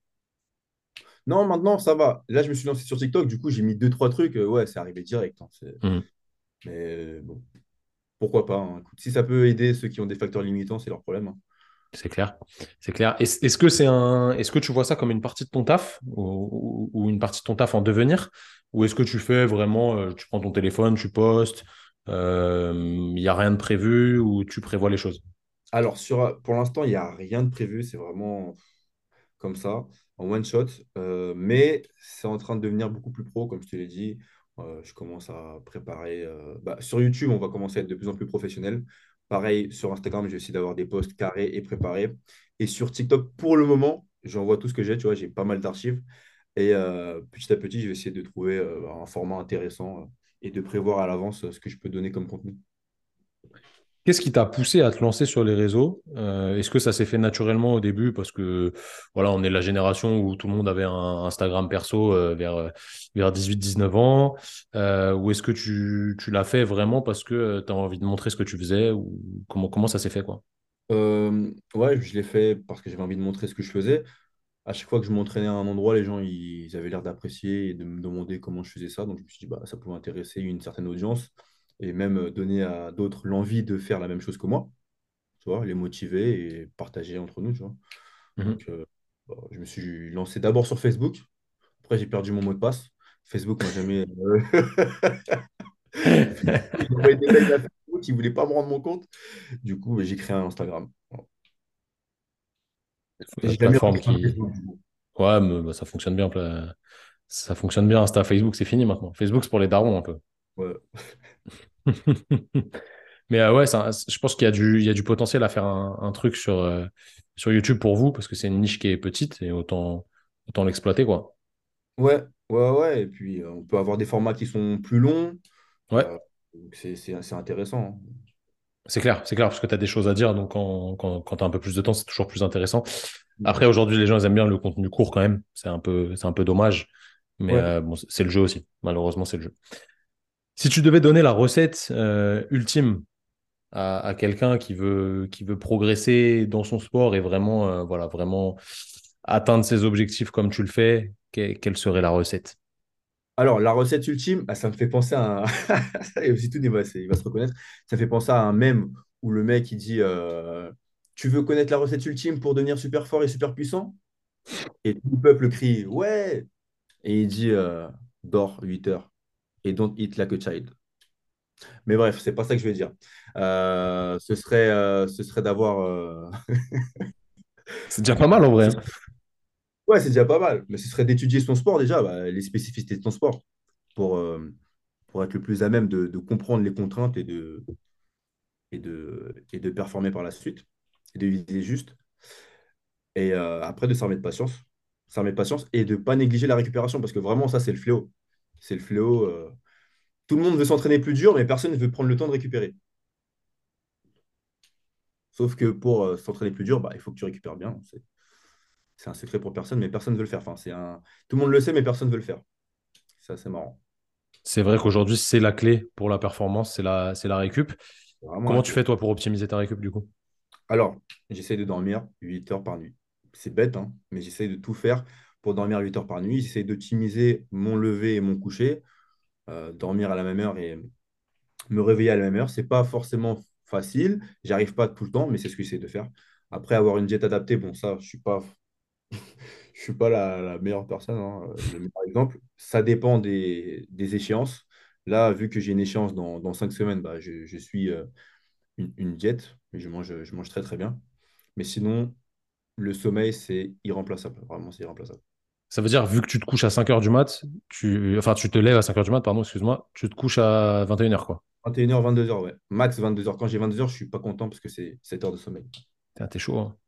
Non, maintenant, ça va. Là, je me suis lancé sur TikTok, du coup, j'ai mis deux, trois trucs. Ouais, c'est arrivé direct, hein. hmm, Mais bon, pourquoi pas, hein. Écoute, si ça peut aider ceux qui ont des facteurs limitants, c'est leur problème, hein. c'est clair. C'est clair. Est-ce que tu vois ça comme une partie de ton taf ou une partie de ton taf en devenir? Ou est-ce que tu fais vraiment, tu prends ton téléphone, tu postes, il n'y a rien de prévu ou tu prévois les choses? Alors, pour l'instant, il n'y a rien de prévu. C'est vraiment comme ça, en one shot. Mais c'est en train de devenir beaucoup plus pro, comme je te l'ai dit. Je commence à préparer. Sur YouTube, on va commencer à être de plus en plus professionnel. Pareil, sur Instagram, j'ai essayé d'avoir des posts carrés et préparés. Et sur TikTok, pour le moment, j'envoie tout ce que j'ai. Tu vois, j'ai pas mal d'archives. Et petit à petit, je vais essayer de trouver un format intéressant et de prévoir à l'avance ce que je peux donner comme contenu. Qu'est-ce qui t'a poussé à te lancer sur les réseaux? Est-ce que ça s'est fait naturellement au début parce que voilà, on est la génération où tout le monde avait un Instagram perso vers 18-19 ans, ou est-ce que tu l'as fait vraiment parce que tu as envie de montrer ce que tu faisais ou comment ça s'est fait quoi? Ouais, je l'ai fait parce que j'avais envie de montrer ce que je faisais. À chaque fois que je m'entraînais à un endroit, les gens ils avaient l'air d'apprécier et de me demander comment je faisais ça. Donc je me suis dit, bah, ça pouvait intéresser une certaine audience et même donner à d'autres l'envie de faire la même chose que moi, tu vois, les motiver et partager entre nous, tu vois. Mhm. Donc je me suis lancé d'abord sur Facebook. Après, j'ai perdu mon mot de passe. Facebook m'a jamais. J'ai envoyé des mails à Facebook, ils ne voulaient pas me rendre mon compte. Du coup, j'ai créé un Instagram. Voilà. Et La j'ai jamais plateforme repris un qui. Facebook, du coup. Ouais, mais, bah, ça fonctionne bien. Ça fonctionne bien. Insta, Facebook, c'est fini maintenant. Facebook, c'est pour les darons un peu. Ouais. Mais ouais, je pense qu'il y a du potentiel à faire un truc sur YouTube pour vous, parce que c'est une niche qui est petite et autant l'exploiter, quoi. Ouais, ouais, ouais. Et puis, on peut avoir des formats qui sont plus longs. Ouais, Euh, donc c'est intéressant, c'est clair, parce que tu as des choses à dire, donc quand tu as un peu plus de temps, c'est toujours plus intéressant. hein. Après, aujourd'hui, les gens, ils aiment bien le contenu court quand même. C'est un peu dommage, mais Ouais. bon, c'est le jeu aussi. Malheureusement, c'est le jeu. Si tu devais donner la recette ultime à quelqu'un qui veut progresser dans son sport et vraiment, voilà, vraiment atteindre ses objectifs comme tu le fais, quelle serait la recette? Alors, la recette ultime, ça me fait penser à un. Et aussi, tout il va se reconnaître. Ça fait penser à un mème où le mec, il dit Tu veux connaître la recette ultime pour devenir super fort et super puissant? Et tout le peuple crie Ouais! Et il dit Dors 8 heures et don't eat like a child. Mais bref, c'est pas ça que je vais dire. Ce serait d'avoir. C'est déjà pas mal en vrai, Ce hein. serait- Ouais, c'est déjà pas mal. Mais ce serait d'étudier son sport déjà, les spécificités de ton sport, pour, euh, pour être le plus à même de comprendre les contraintes et de performer par la suite, et de viser juste. Et après, de s'armer de patience. S'armer de patience et de ne pas négliger la récupération, parce que vraiment, ça, c'est le fléau. C'est le fléau. Tout le monde veut s'entraîner plus dur, mais personne ne veut prendre le temps de récupérer. Sauf que pour s'entraîner plus dur, il faut que tu récupères bien. C'est un secret pour personne, mais personne ne veut le faire. Enfin, tout le monde le sait, mais personne ne veut le faire. C'est assez marrant. C'est vrai qu'aujourd'hui, c'est la clé pour la performance, c'est la récup. C'est vraiment la Comment tu clé. fais toi pour optimiser ta récup du coup? Alors, j'essaie de dormir 8 heures par nuit. C'est bête, hein, mais j'essaie de tout faire pour dormir 8 heures par nuit. J'essaie d'optimiser mon lever et mon coucher, dormir à la même heure et me réveiller à la même heure. C'est pas forcément facile. J'arrive pas tout le temps, mais c'est ce que j'essaie de faire. Après, avoir une diète adaptée, bon, ça, je suis pas la meilleure personne, hein, le meilleur exemple. Ça dépend des échéances. Là, vu que j'ai une échéance dans 5 semaines, je suis une diète, mais je mange très très bien. Mais sinon, le sommeil, c'est irremplaçable. Vraiment, c'est irremplaçable. Ça veut dire, vu que tu te couches à 5 heures du mat, enfin, tu te lèves à 5 heures du mat, pardon, excuse-moi, tu te couches à 21 heures, quoi. 21h, 22h, ouais. Max 22h. Quand j'ai 22h, je suis pas content parce que c'est 7 heures de sommeil. Putain, t'es chaud, hein.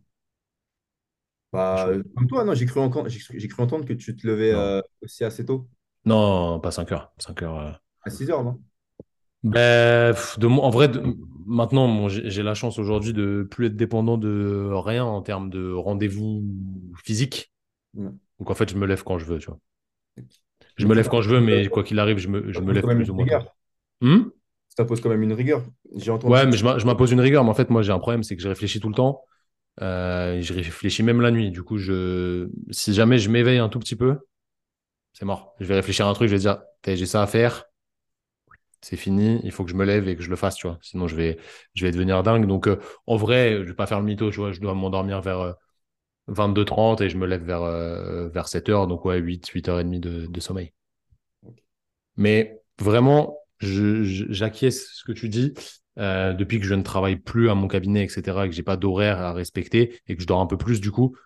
T'es Bah, chaud. comme toi, non, j'ai cru entendre que tu te levais Non. aussi assez tôt. Non, pas 5 heures. 5 heures. À 6h, non? Ben, en vrai, maintenant, bon, j'ai la chance aujourd'hui de plus être dépendant de rien en termes de rendez-vous physique. Ouais. Donc, en fait, je me lève quand je veux, tu vois. Je Mais me tu lève quand je veux, mais t'imposes quoi qu'il arrive, je me quand lève même plus une ou moins tôt. rigueur. Hmm. Tu t'imposes quand même une rigueur. J'ai Ouais, entendu mais que je m'impose une rigueur, mais en fait, moi, j'ai un problème, c'est que je réfléchis tout le temps. Je réfléchis même la nuit. Du coup, si jamais je m'éveille un tout petit peu, c'est mort. Je vais réfléchir à un truc, je vais dire, T'es, j'ai ça à faire, c'est fini, il faut que je me lève et que je le fasse, tu vois. Sinon, je vais devenir dingue. Donc, en vrai, je vais pas faire le mytho, tu vois. Je dois m'endormir vers 22h30 et je me lève vers 7h. Donc, ouais, 8h30 de sommeil. Mais vraiment, j'acquiesce ce que tu dis. Depuis que je ne travaille plus à mon cabinet, etc., et que j'ai pas d'horaire à respecter et que je dors un peu plus, du coup,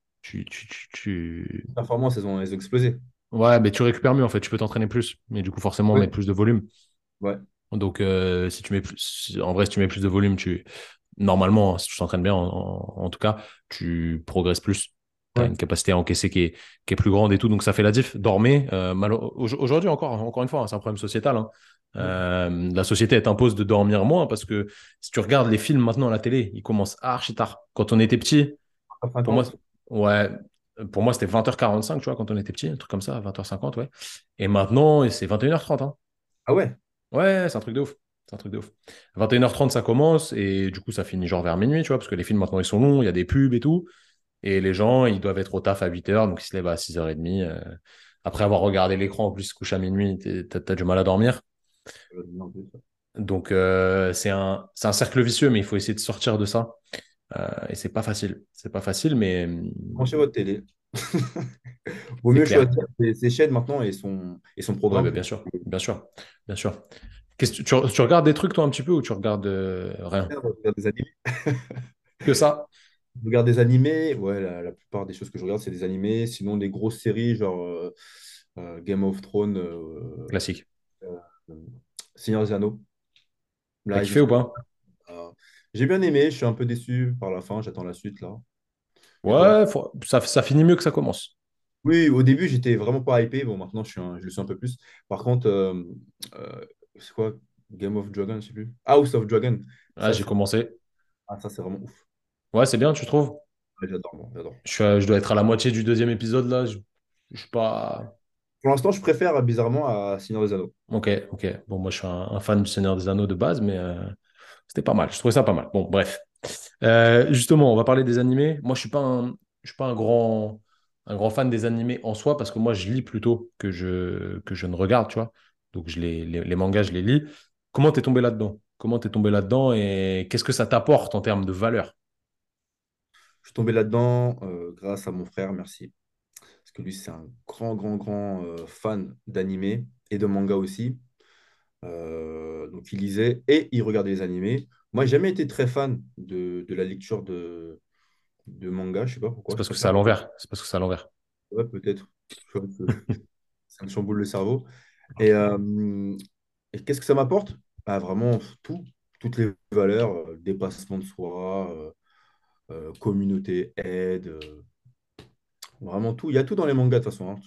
les performances, elles ont explosé. ouais, mais tu récupères mieux en fait. Tu peux t'entraîner plus, mais du coup, forcément, Ouais. mettre plus de volume. Ouais. Donc, si tu mets plus, en vrai, si tu mets plus de volume, normalement, hein, si tu t'entraînes bien, en tout cas, tu progresses plus. Tu as Ouais. une capacité à encaisser qui est plus grande et tout. Donc, ça fait la diff. Dormez. Aujourd'hui, encore une fois, hein, c'est un problème sociétal, hein. Ouais. La société, elle t'impose de dormir moins parce que si tu regardes les films maintenant à la télé, ils commencent archi tard. Quand on était petit, pour moi, 50. ouais, pour moi, c'était 20h45, tu vois, quand on était petit, un truc comme ça, 20h50, ouais. Et maintenant, c'est 21h30, hein. Ah ouais? Ouais, c'est un truc de ouf. C'est un truc de ouf. 21h30, ça commence et du coup, ça finit genre vers minuit, tu vois, parce que les films maintenant, ils sont longs, il y a des pubs et tout. Et les gens, ils doivent être au taf à 8h, donc ils se lèvent à 6h30. Après avoir regardé l'écran, en plus, ils se couchent à minuit, t'as du mal à dormir. Donc, c'est un cercle vicieux, mais il faut essayer de sortir de ça. Et c'est pas facile. C'est pas facile, mais Branchez votre télé. Vaut c'est mieux clair. choisir ses chaînes maintenant et son Ouais, bah, programme. bien sûr, bien sûr, bien sûr. Tu regardes des trucs, toi, un petit peu, ou tu regardes rien? Je regarde des animés. Que ça? Je regarde des animés. Ouais, la plupart des choses que je regarde, c'est des animés. Sinon, des grosses séries, genre Game of Thrones, Classique. euh, Seigneur des Anneaux. T'as Là, kiffé ou pas? j'ai bien aimé. Je suis un peu déçu par la fin. J'attends la suite, là. Et toi? Ouais, ça finit mieux que ça commence. Oui, au début, j'étais vraiment pas hypé. Bon, maintenant, je le suis un peu plus. Par contre, c'est quoi? Game of Dragon, je sais plus. House of Dragon. Ah, Ça, j'ai commencé. ça, c'est vraiment ouf. Ouais, c'est bien, tu trouves? Ouais, j'adore, moi, j'adore. Je dois être à la moitié du deuxième épisode, là. Je suis pas... Pour l'instant, je préfère bizarrement à Seigneur des Anneaux. Ok, ok. Bon, moi, je suis un fan du Seigneur des Anneaux de base, mais c'était pas mal. Je trouvais ça pas mal. Bon, bref. Justement, on va parler des animés. Moi, je suis pas un grand fan des animés en soi parce que moi, je lis plutôt que je ne regarde, tu vois. Donc, les mangas, je les lis. Comment t'es tombé là-dedans? Comment t'es tombé là-dedans et qu'est-ce que ça t'apporte en termes de valeur? Je suis tombé là-dedans grâce à mon frère, merci. Parce que lui, c'est un grand fan d'animé et de manga aussi. Donc, il lisait et il regardait les animés. Moi, j'ai jamais été très fan de la lecture de manga. Je sais pas C'est pourquoi. Je parce que c'est à préfère. l'envers. C'est parce que c'est à l'envers. Ouais, peut-être. Je vois que ça me chamboule le cerveau. Et, euh, et qu'est-ce que ça m'apporte? Bah, vraiment tout. Toutes les valeurs, dépassement de soi, communauté, aide, vraiment tout. Il y a tout dans les mangas de toute façon, hein.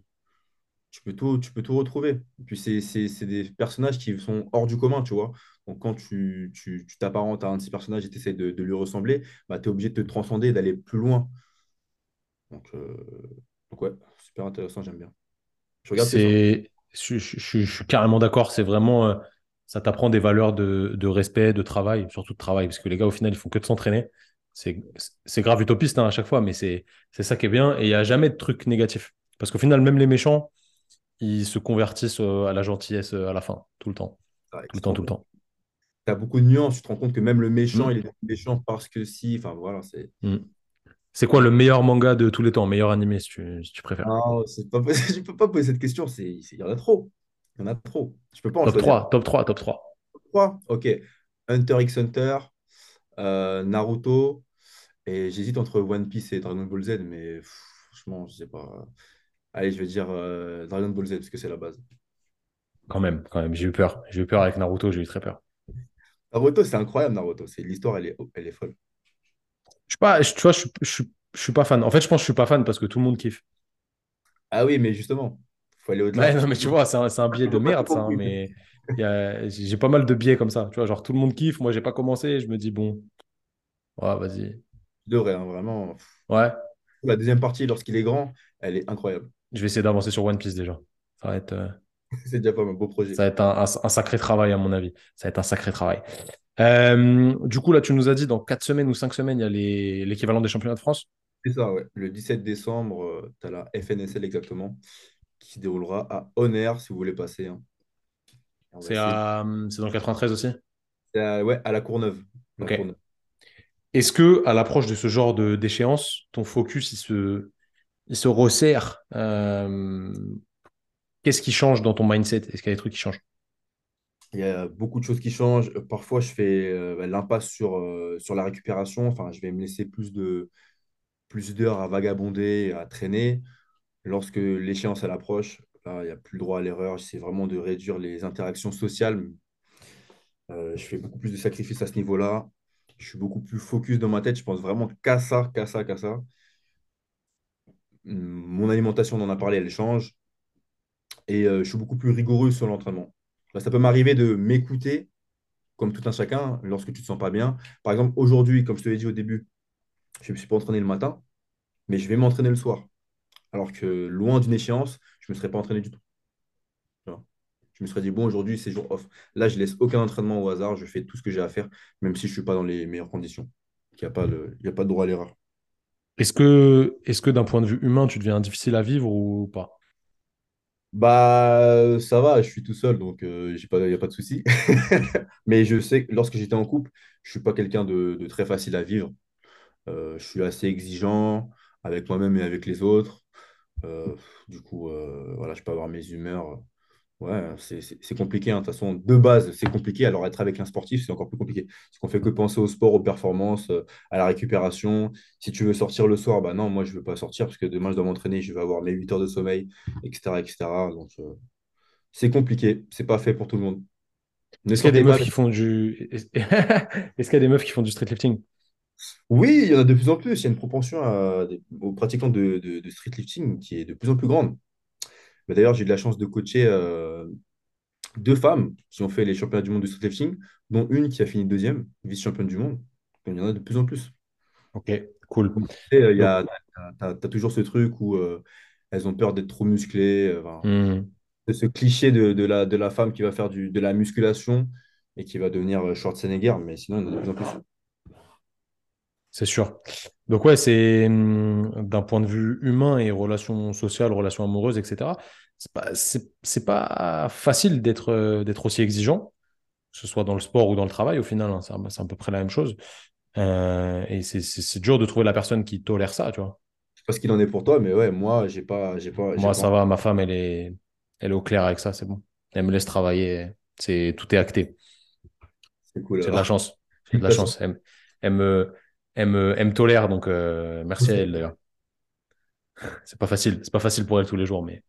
Tu peux tout retrouver. Et puis c'est des personnages qui sont hors du commun, tu vois. Donc quand tu t'apparentes à un de ces personnages et tu essaies de lui ressembler, bah, tu es obligé de te transcender et d'aller plus loin. Donc, ouais, super intéressant, j'aime bien. Je regarde que ça. Je suis carrément d'accord. C'est vraiment, ça t'apprend des valeurs de respect, de travail, surtout de travail, parce que les gars, au final, ils font que de s'entraîner. C'est, c'est grave utopiste, hein, à chaque fois, mais c'est ça qui est bien. Et il n'y a jamais de truc négatif. Parce qu'au final, même les méchants, ils se convertissent à la gentillesse à la fin, tout le temps. Ouais, Tout le tu te temps, rends tout le compte. temps. Tu as beaucoup de nuances. Tu te rends compte que même le méchant, Hmm, il est méchant parce que si. Enfin, voilà, c'est. hmm. C'est quoi le meilleur manga de tous les temps, meilleur animé, si tu préfères? Non, c'est pas possible. Je peux pas poser cette question. Il y en a trop. Il y en a trop. Je peux pas en Top choisir 3, top 3, top 3. trois. Ok. Hunter x Hunter, Naruto, et j'hésite entre One Piece et Dragon Ball Z, mais franchement, je sais pas. Allez, je vais dire Dragon Ball Z parce que c'est la base. Quand même, j'ai eu peur. J'ai eu peur avec Naruto, j'ai eu très peur. Naruto, c'est incroyable, Naruto. C'est l'histoire, elle est folle. Je suis pas, tu vois, je suis pas fan. En fait, je pense que je suis pas fan parce que tout le monde kiffe. Ah oui, mais justement, faut aller au-delà. Ouais, non, mais tu vois, c'est un biais Ils de n'ont pas tout merde, ça, hein, compris. mais j'ai pas mal de biais comme ça. Tu vois, genre tout le monde kiffe, moi, j'ai pas commencé, je me dis, bon, ouais, vas-y. De vrai, hein, vraiment. Ouais, La deuxième partie, lorsqu'il est grand, elle est incroyable. je vais essayer d'avancer sur One Piece déjà. Ça va être, euh, C'est déjà pas un beau projet. ça va être un sacré travail, à mon avis. Ça va être un sacré travail. Du coup, là, tu nous as dit, dans 4 semaines ou 5 semaines, il y a l'équivalent des championnats de France. C'est ça, ouais. Le 17 décembre, tu as la FNSL exactement, qui se déroulera à Honner si vous voulez passer, hein. On va essayer. C'est dans le 93 aussi? Ouais, à la Courneuve. La Ok. Courneuve. Est-ce que, à l'approche de ce genre d'échéance, ton focus, il se resserre? Qu'est-ce qui change dans ton mindset? Est-ce qu'il y a des trucs qui changent? Il y a beaucoup de choses qui changent. Parfois, je fais l'impasse sur la récupération. Enfin, je vais me laisser plus d'heures à vagabonder, à traîner. Lorsque l'échéance elle approche, là, il n'y a plus le droit à l'erreur. J'essaie vraiment de réduire les interactions sociales. Je fais beaucoup plus de sacrifices à ce niveau-là. Je suis beaucoup plus focus dans ma tête. Je pense vraiment qu'à ça, qu'à ça, qu'à ça. Mon alimentation, on en a parlé, elle change. Et je suis beaucoup plus rigoureux sur l'entraînement. Là, ça peut m'arriver de m'écouter, comme tout un chacun, lorsque tu ne te sens pas bien. Par exemple, aujourd'hui, comme je te l'ai dit au début, je ne me suis pas entraîné le matin, mais je vais m'entraîner le soir. Alors que loin d'une échéance, je ne me serais pas entraîné du tout. Tu vois. Je me serais dit, bon, aujourd'hui, c'est jour off. Là, je laisse aucun entraînement au hasard. Je fais tout ce que j'ai à faire, même si je ne suis pas dans les meilleures conditions. Il y a pas de droit à l'erreur. Est-ce que d'un point de vue humain, tu deviens difficile à vivre ou pas? Bah, ça va, je suis tout seul, donc il n'y a pas de souci. Mais je sais que lorsque j'étais en couple, je ne suis pas quelqu'un de très facile à vivre. Je suis assez exigeant avec moi-même et avec les autres. Euh, du coup, voilà, je peux avoir mes humeurs. Ouais, c'est compliqué, hein. De toute façon, de base, c'est compliqué. Alors, être avec un sportif, c'est encore plus compliqué. Parce qu'on fait que penser au sport, aux performances, à la récupération. Si tu veux sortir le soir, bah non, moi, je ne veux pas sortir parce que demain, je dois m'entraîner, je vais avoir mes 8 heures de sommeil, etc., etc. Donc, c'est compliqué. C'est pas fait pour tout le monde. Ne Est-ce qu'il y a des sortez meufs pas. qui font du... Est-ce qu'il y a des meufs qui font du street lifting? Oui, il y en a de plus en plus. Il y a une propension aux pratiquants de street lifting qui est de plus en plus grande. Mais d'ailleurs, j'ai eu de la chance de coacher deux femmes qui ont fait les championnats du monde de street lifting, dont une qui a fini deuxième, vice-championne du monde. Donc, il y en a de plus en plus. Ok, cool. Tu sais, Donc, t'as toujours ce truc où elles ont peur d'être trop musclées. Enfin, hmm, ce cliché de la femme qui va faire de la musculation et qui va devenir Schwarzenegger, mais sinon, il y en a de plus en plus. c'est sûr. Donc ouais, d'un point de vue humain et relations sociales, relations amoureuses, etc. C'est pas facile d'être aussi exigeant, que ce soit dans le sport ou dans le travail au final, hein, c'est à peu près la même chose. Et c'est dur de trouver la personne qui tolère ça, tu vois. Je sais pas ce qu'il en est pour toi, mais ouais, moi, j'ai Moi, pas ça envie. va, ma femme, elle est au clair avec ça, c'est bon. Elle me laisse travailler, tout est acté. C'est cool J'ai de la alors. chance. J'ai de la Félicitations. chance. Elle me, elle me tolère, donc merci à elle d'ailleurs. C'est pas facile pour elle tous les jours, mais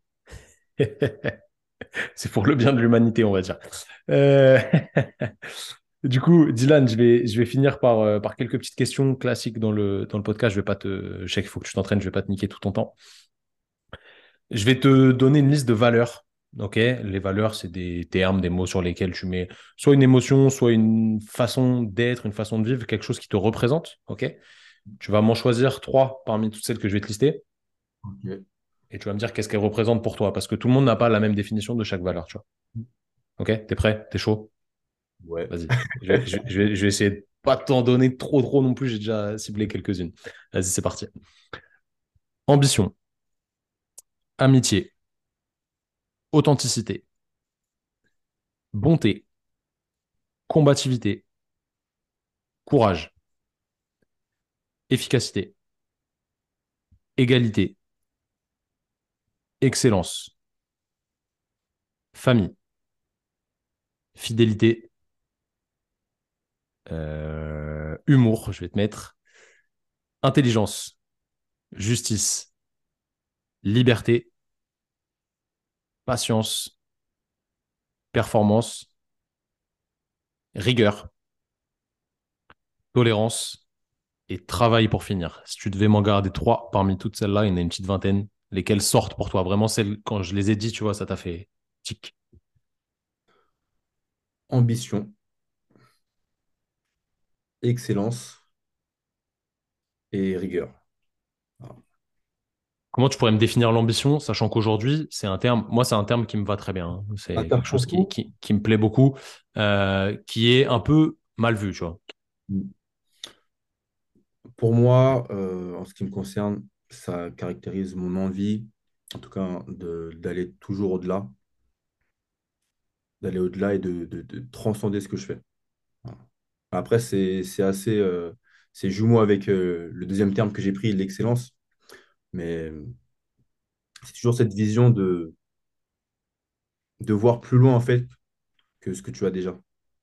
c'est pour le bien de l'humanité, on va dire. Euh, Du coup, Dylan, je vais finir par quelques petites questions classiques dans le podcast. Je sais qu'il faut que tu t'entraînes, je vais pas te niquer tout ton temps. Je vais te donner une liste de valeurs. Ok? Les valeurs, c'est des termes, des mots sur lesquels tu mets soit une émotion, soit une façon d'être, une façon de vivre, quelque chose qui te représente. Ok? Tu vas m'en choisir trois parmi toutes celles que je vais te lister Ok. et tu vas me dire qu'est-ce qu'elles représentent pour toi parce que tout le monde n'a pas la même définition de chaque valeur, tu vois. Ok? T'es prêt? T'es chaud? Ouais. Vas-y. Je vais essayer de pas t'en donner trop non plus. J'ai déjà ciblé quelques-unes. Vas-y, c'est parti. Ambition, amitié, authenticité, bonté, combativité, courage, efficacité, égalité, excellence, famille, fidélité, Humour, je vais te mettre. Intelligence, justice, liberté, patience, performance, rigueur, tolérance et travail pour finir. Si tu devais m'en garder trois parmi toutes celles-là, il y en a une petite vingtaine. Lesquelles sortent pour toi? Vraiment, celles, quand je les ai dit, tu vois, ça t'a fait tic. Ambition, excellence et rigueur. Voilà. Comment tu pourrais me définir l'ambition, sachant qu'aujourd'hui, c'est un terme, moi, c'est un terme qui me va très bien, hein. Un C'est terme quelque chose fourre-tout. qui me plaît beaucoup, qui est un peu mal vu, tu vois. Pour moi, en ce qui me concerne, ça caractérise mon envie, en tout cas, d'aller toujours au-delà, d'aller au-delà et de transcender ce que je fais. Voilà. Après, c'est assez, c'est jumeau avec le deuxième terme que j'ai pris, l'excellence, mais c'est toujours cette vision de voir plus loin, en fait, que ce que tu as déjà.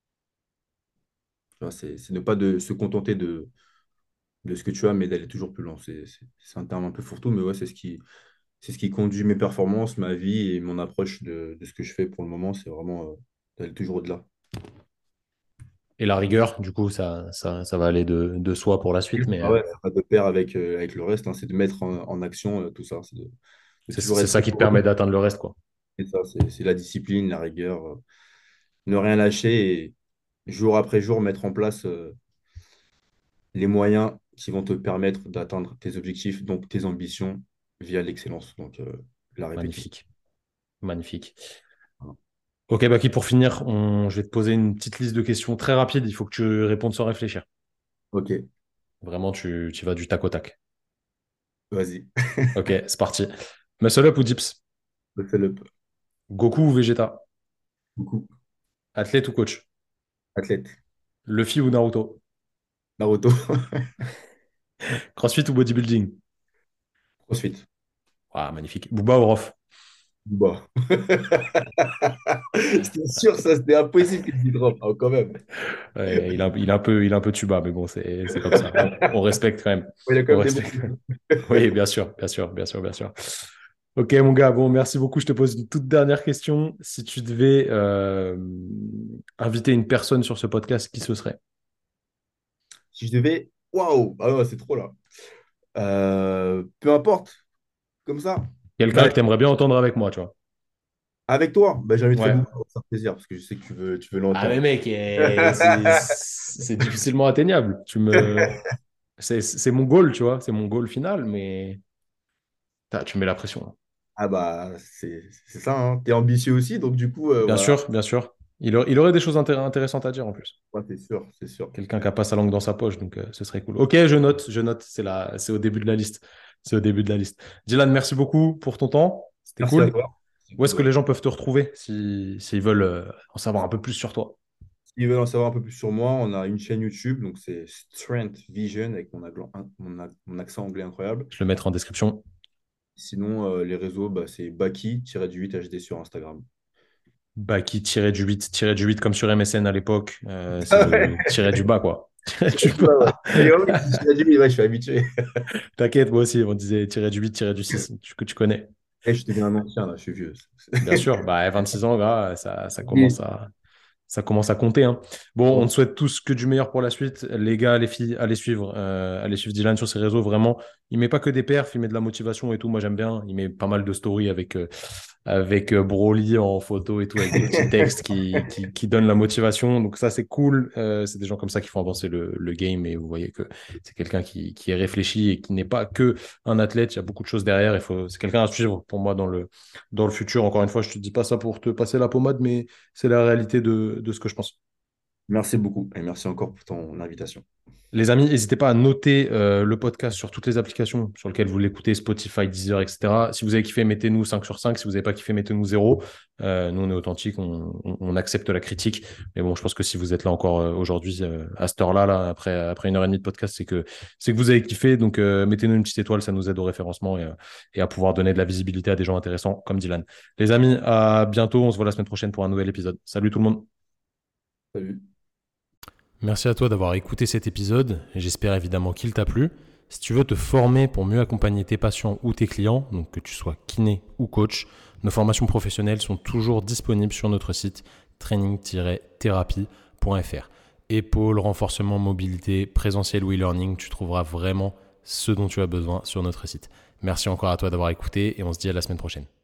Tu vois, c'est ne pas se contenter de ce que tu as, mais d'aller toujours plus loin. C'est un terme un peu fourre-tout, mais ouais, c'est ce qui conduit mes performances, ma vie et mon approche de ce que je fais pour le moment. C'est vraiment d'aller toujours au-delà. Et la rigueur, du coup, ça va aller de soi pour la suite, mais Ah ouais, ça va de pair avec le reste, hein, c'est de mettre en action tout ça. C'est de toujours c'est être ça qui te permet rigoureux. d'atteindre le reste, quoi. Et ça, c'est la discipline, la rigueur, ne rien lâcher et jour après jour mettre en place les moyens qui vont te permettre d'atteindre tes objectifs, donc tes ambitions via l'excellence, donc la répétition. Magnifique, magnifique. Voilà. Ok, Baki, pour finir, je vais te poser une petite liste de questions très rapides. Il faut que tu répondes sans réfléchir. Ok, Vraiment, tu vas du tac au tac. vas-y. Ok, c'est parti. Muscle up ou dips? Fais-le. Goku ou Vegeta? Beaucoup. Athlète ou coach? Athlète. Luffy ou Naruto? Naruto. CrossFit ou bodybuilding? CrossFit. Ah, magnifique. Booba ou Rof? Bah. C'était sûr, ça, c'était impossible que tu drop. Ah, quand même. Ouais, il est un peu tuba, mais bon, c'est comme ça. On respecte quand même. Il a quand On même des bons respecte. coups. Oui, bien sûr, bien sûr, bien sûr, bien sûr. Ok, mon gars, bon, merci beaucoup. Je te pose une toute dernière question. Si tu devais inviter une personne sur ce podcast, qui ce serait? Si je devais. Waouh! Ah non, c'est trop là. Peu importe, comme ça. Quelqu'un Bah, que tu aimerais bien entendre avec moi, tu vois. avec toi, bah, j'inviterai Ouais. beaucoup pour faire plaisir parce que je sais que tu veux Ah, mais l'entendre. mec, c'est difficilement atteignable. C'est mon goal, tu vois. C'est mon goal final, mais tu mets la pression. Ah bah, c'est ça, hein. T'es ambitieux aussi, donc du coup, Bien voilà. sûr, bien sûr. Il aurait des choses intéressantes à dire en plus. Ouais, c'est sûr, c'est sûr. Quelqu'un qui a pas sa langue dans sa poche, donc ce serait cool. Ok, je note, c'est au début de la liste. C'est au début de la liste. Dylan, merci beaucoup pour ton temps. C'était Merci à cool. toi. C'est Où cool, est-ce que ouais. les gens peuvent te retrouver s'ils veulent en savoir un peu plus sur toi? S'ils veulent en savoir un peu plus sur moi, on a une chaîne YouTube, donc c'est Strength Vision avec mon accent anglais incroyable. Je le mettrai en description. Sinon, les réseaux, bah, c'est Baki-8 HD sur Instagram. Baki tiré du 8 comme sur MSN à l'époque. C'est Ah ouais, le tiré du bas, quoi. Tiré du ouais, ouais. bas. Et oui, si tiré du 8, ouais, je suis habitué. T'inquiète, moi aussi, on disait tiré du 6 que tu connais. Eh, je deviens un ancien, là, je suis vieux. Bien sûr, bah, 26 ans, gars, ça commence à compter, hein. Bon, on te souhaite tous que du meilleur pour la suite. Les gars, les filles, allez suivre Dylan sur ses réseaux. Vraiment, il met pas que des perfs, il met de la motivation et tout. Moi, j'aime bien. Il met pas mal de stories avec Broly en photo et tout, avec des petits textes qui donnent la motivation. Donc ça, c'est cool. C'est des gens comme ça qui font avancer le game. Et vous voyez que c'est quelqu'un qui est réfléchi et qui n'est pas que un athlète. Il y a beaucoup de choses derrière. C'est quelqu'un à suivre pour moi dans le futur. Encore une fois, je te dis pas ça pour te passer la pommade, mais c'est la réalité de ce que je pense. Merci beaucoup et merci encore pour ton invitation. Les amis, n'hésitez pas à noter le podcast sur toutes les applications sur lesquelles vous l'écoutez, Spotify, Deezer, etc. Si vous avez kiffé, mettez-nous 5 sur 5. Si vous n'avez pas kiffé, mettez-nous 0. Nous, on est authentiques, on accepte la critique. Mais bon, je pense que si vous êtes là encore aujourd'hui, à cette heure-là, là, après 1 heure et demie de podcast, c'est que vous avez kiffé. Donc, mettez-nous une petite étoile, ça nous aide au référencement et à pouvoir donner de la visibilité à des gens intéressants comme Dylan. Les amis, à bientôt. On se voit la semaine prochaine pour un nouvel épisode. Salut tout le monde. Salut. Merci à toi d'avoir écouté cet épisode. J'espère évidemment qu'il t'a plu. Si tu veux te former pour mieux accompagner tes patients ou tes clients, donc que tu sois kiné ou coach, nos formations professionnelles sont toujours disponibles sur notre site training-thérapie.fr. Épaule, renforcement, mobilité, présentiel ou e-learning, tu trouveras vraiment ce dont tu as besoin sur notre site. Merci encore à toi d'avoir écouté et on se dit à la semaine prochaine.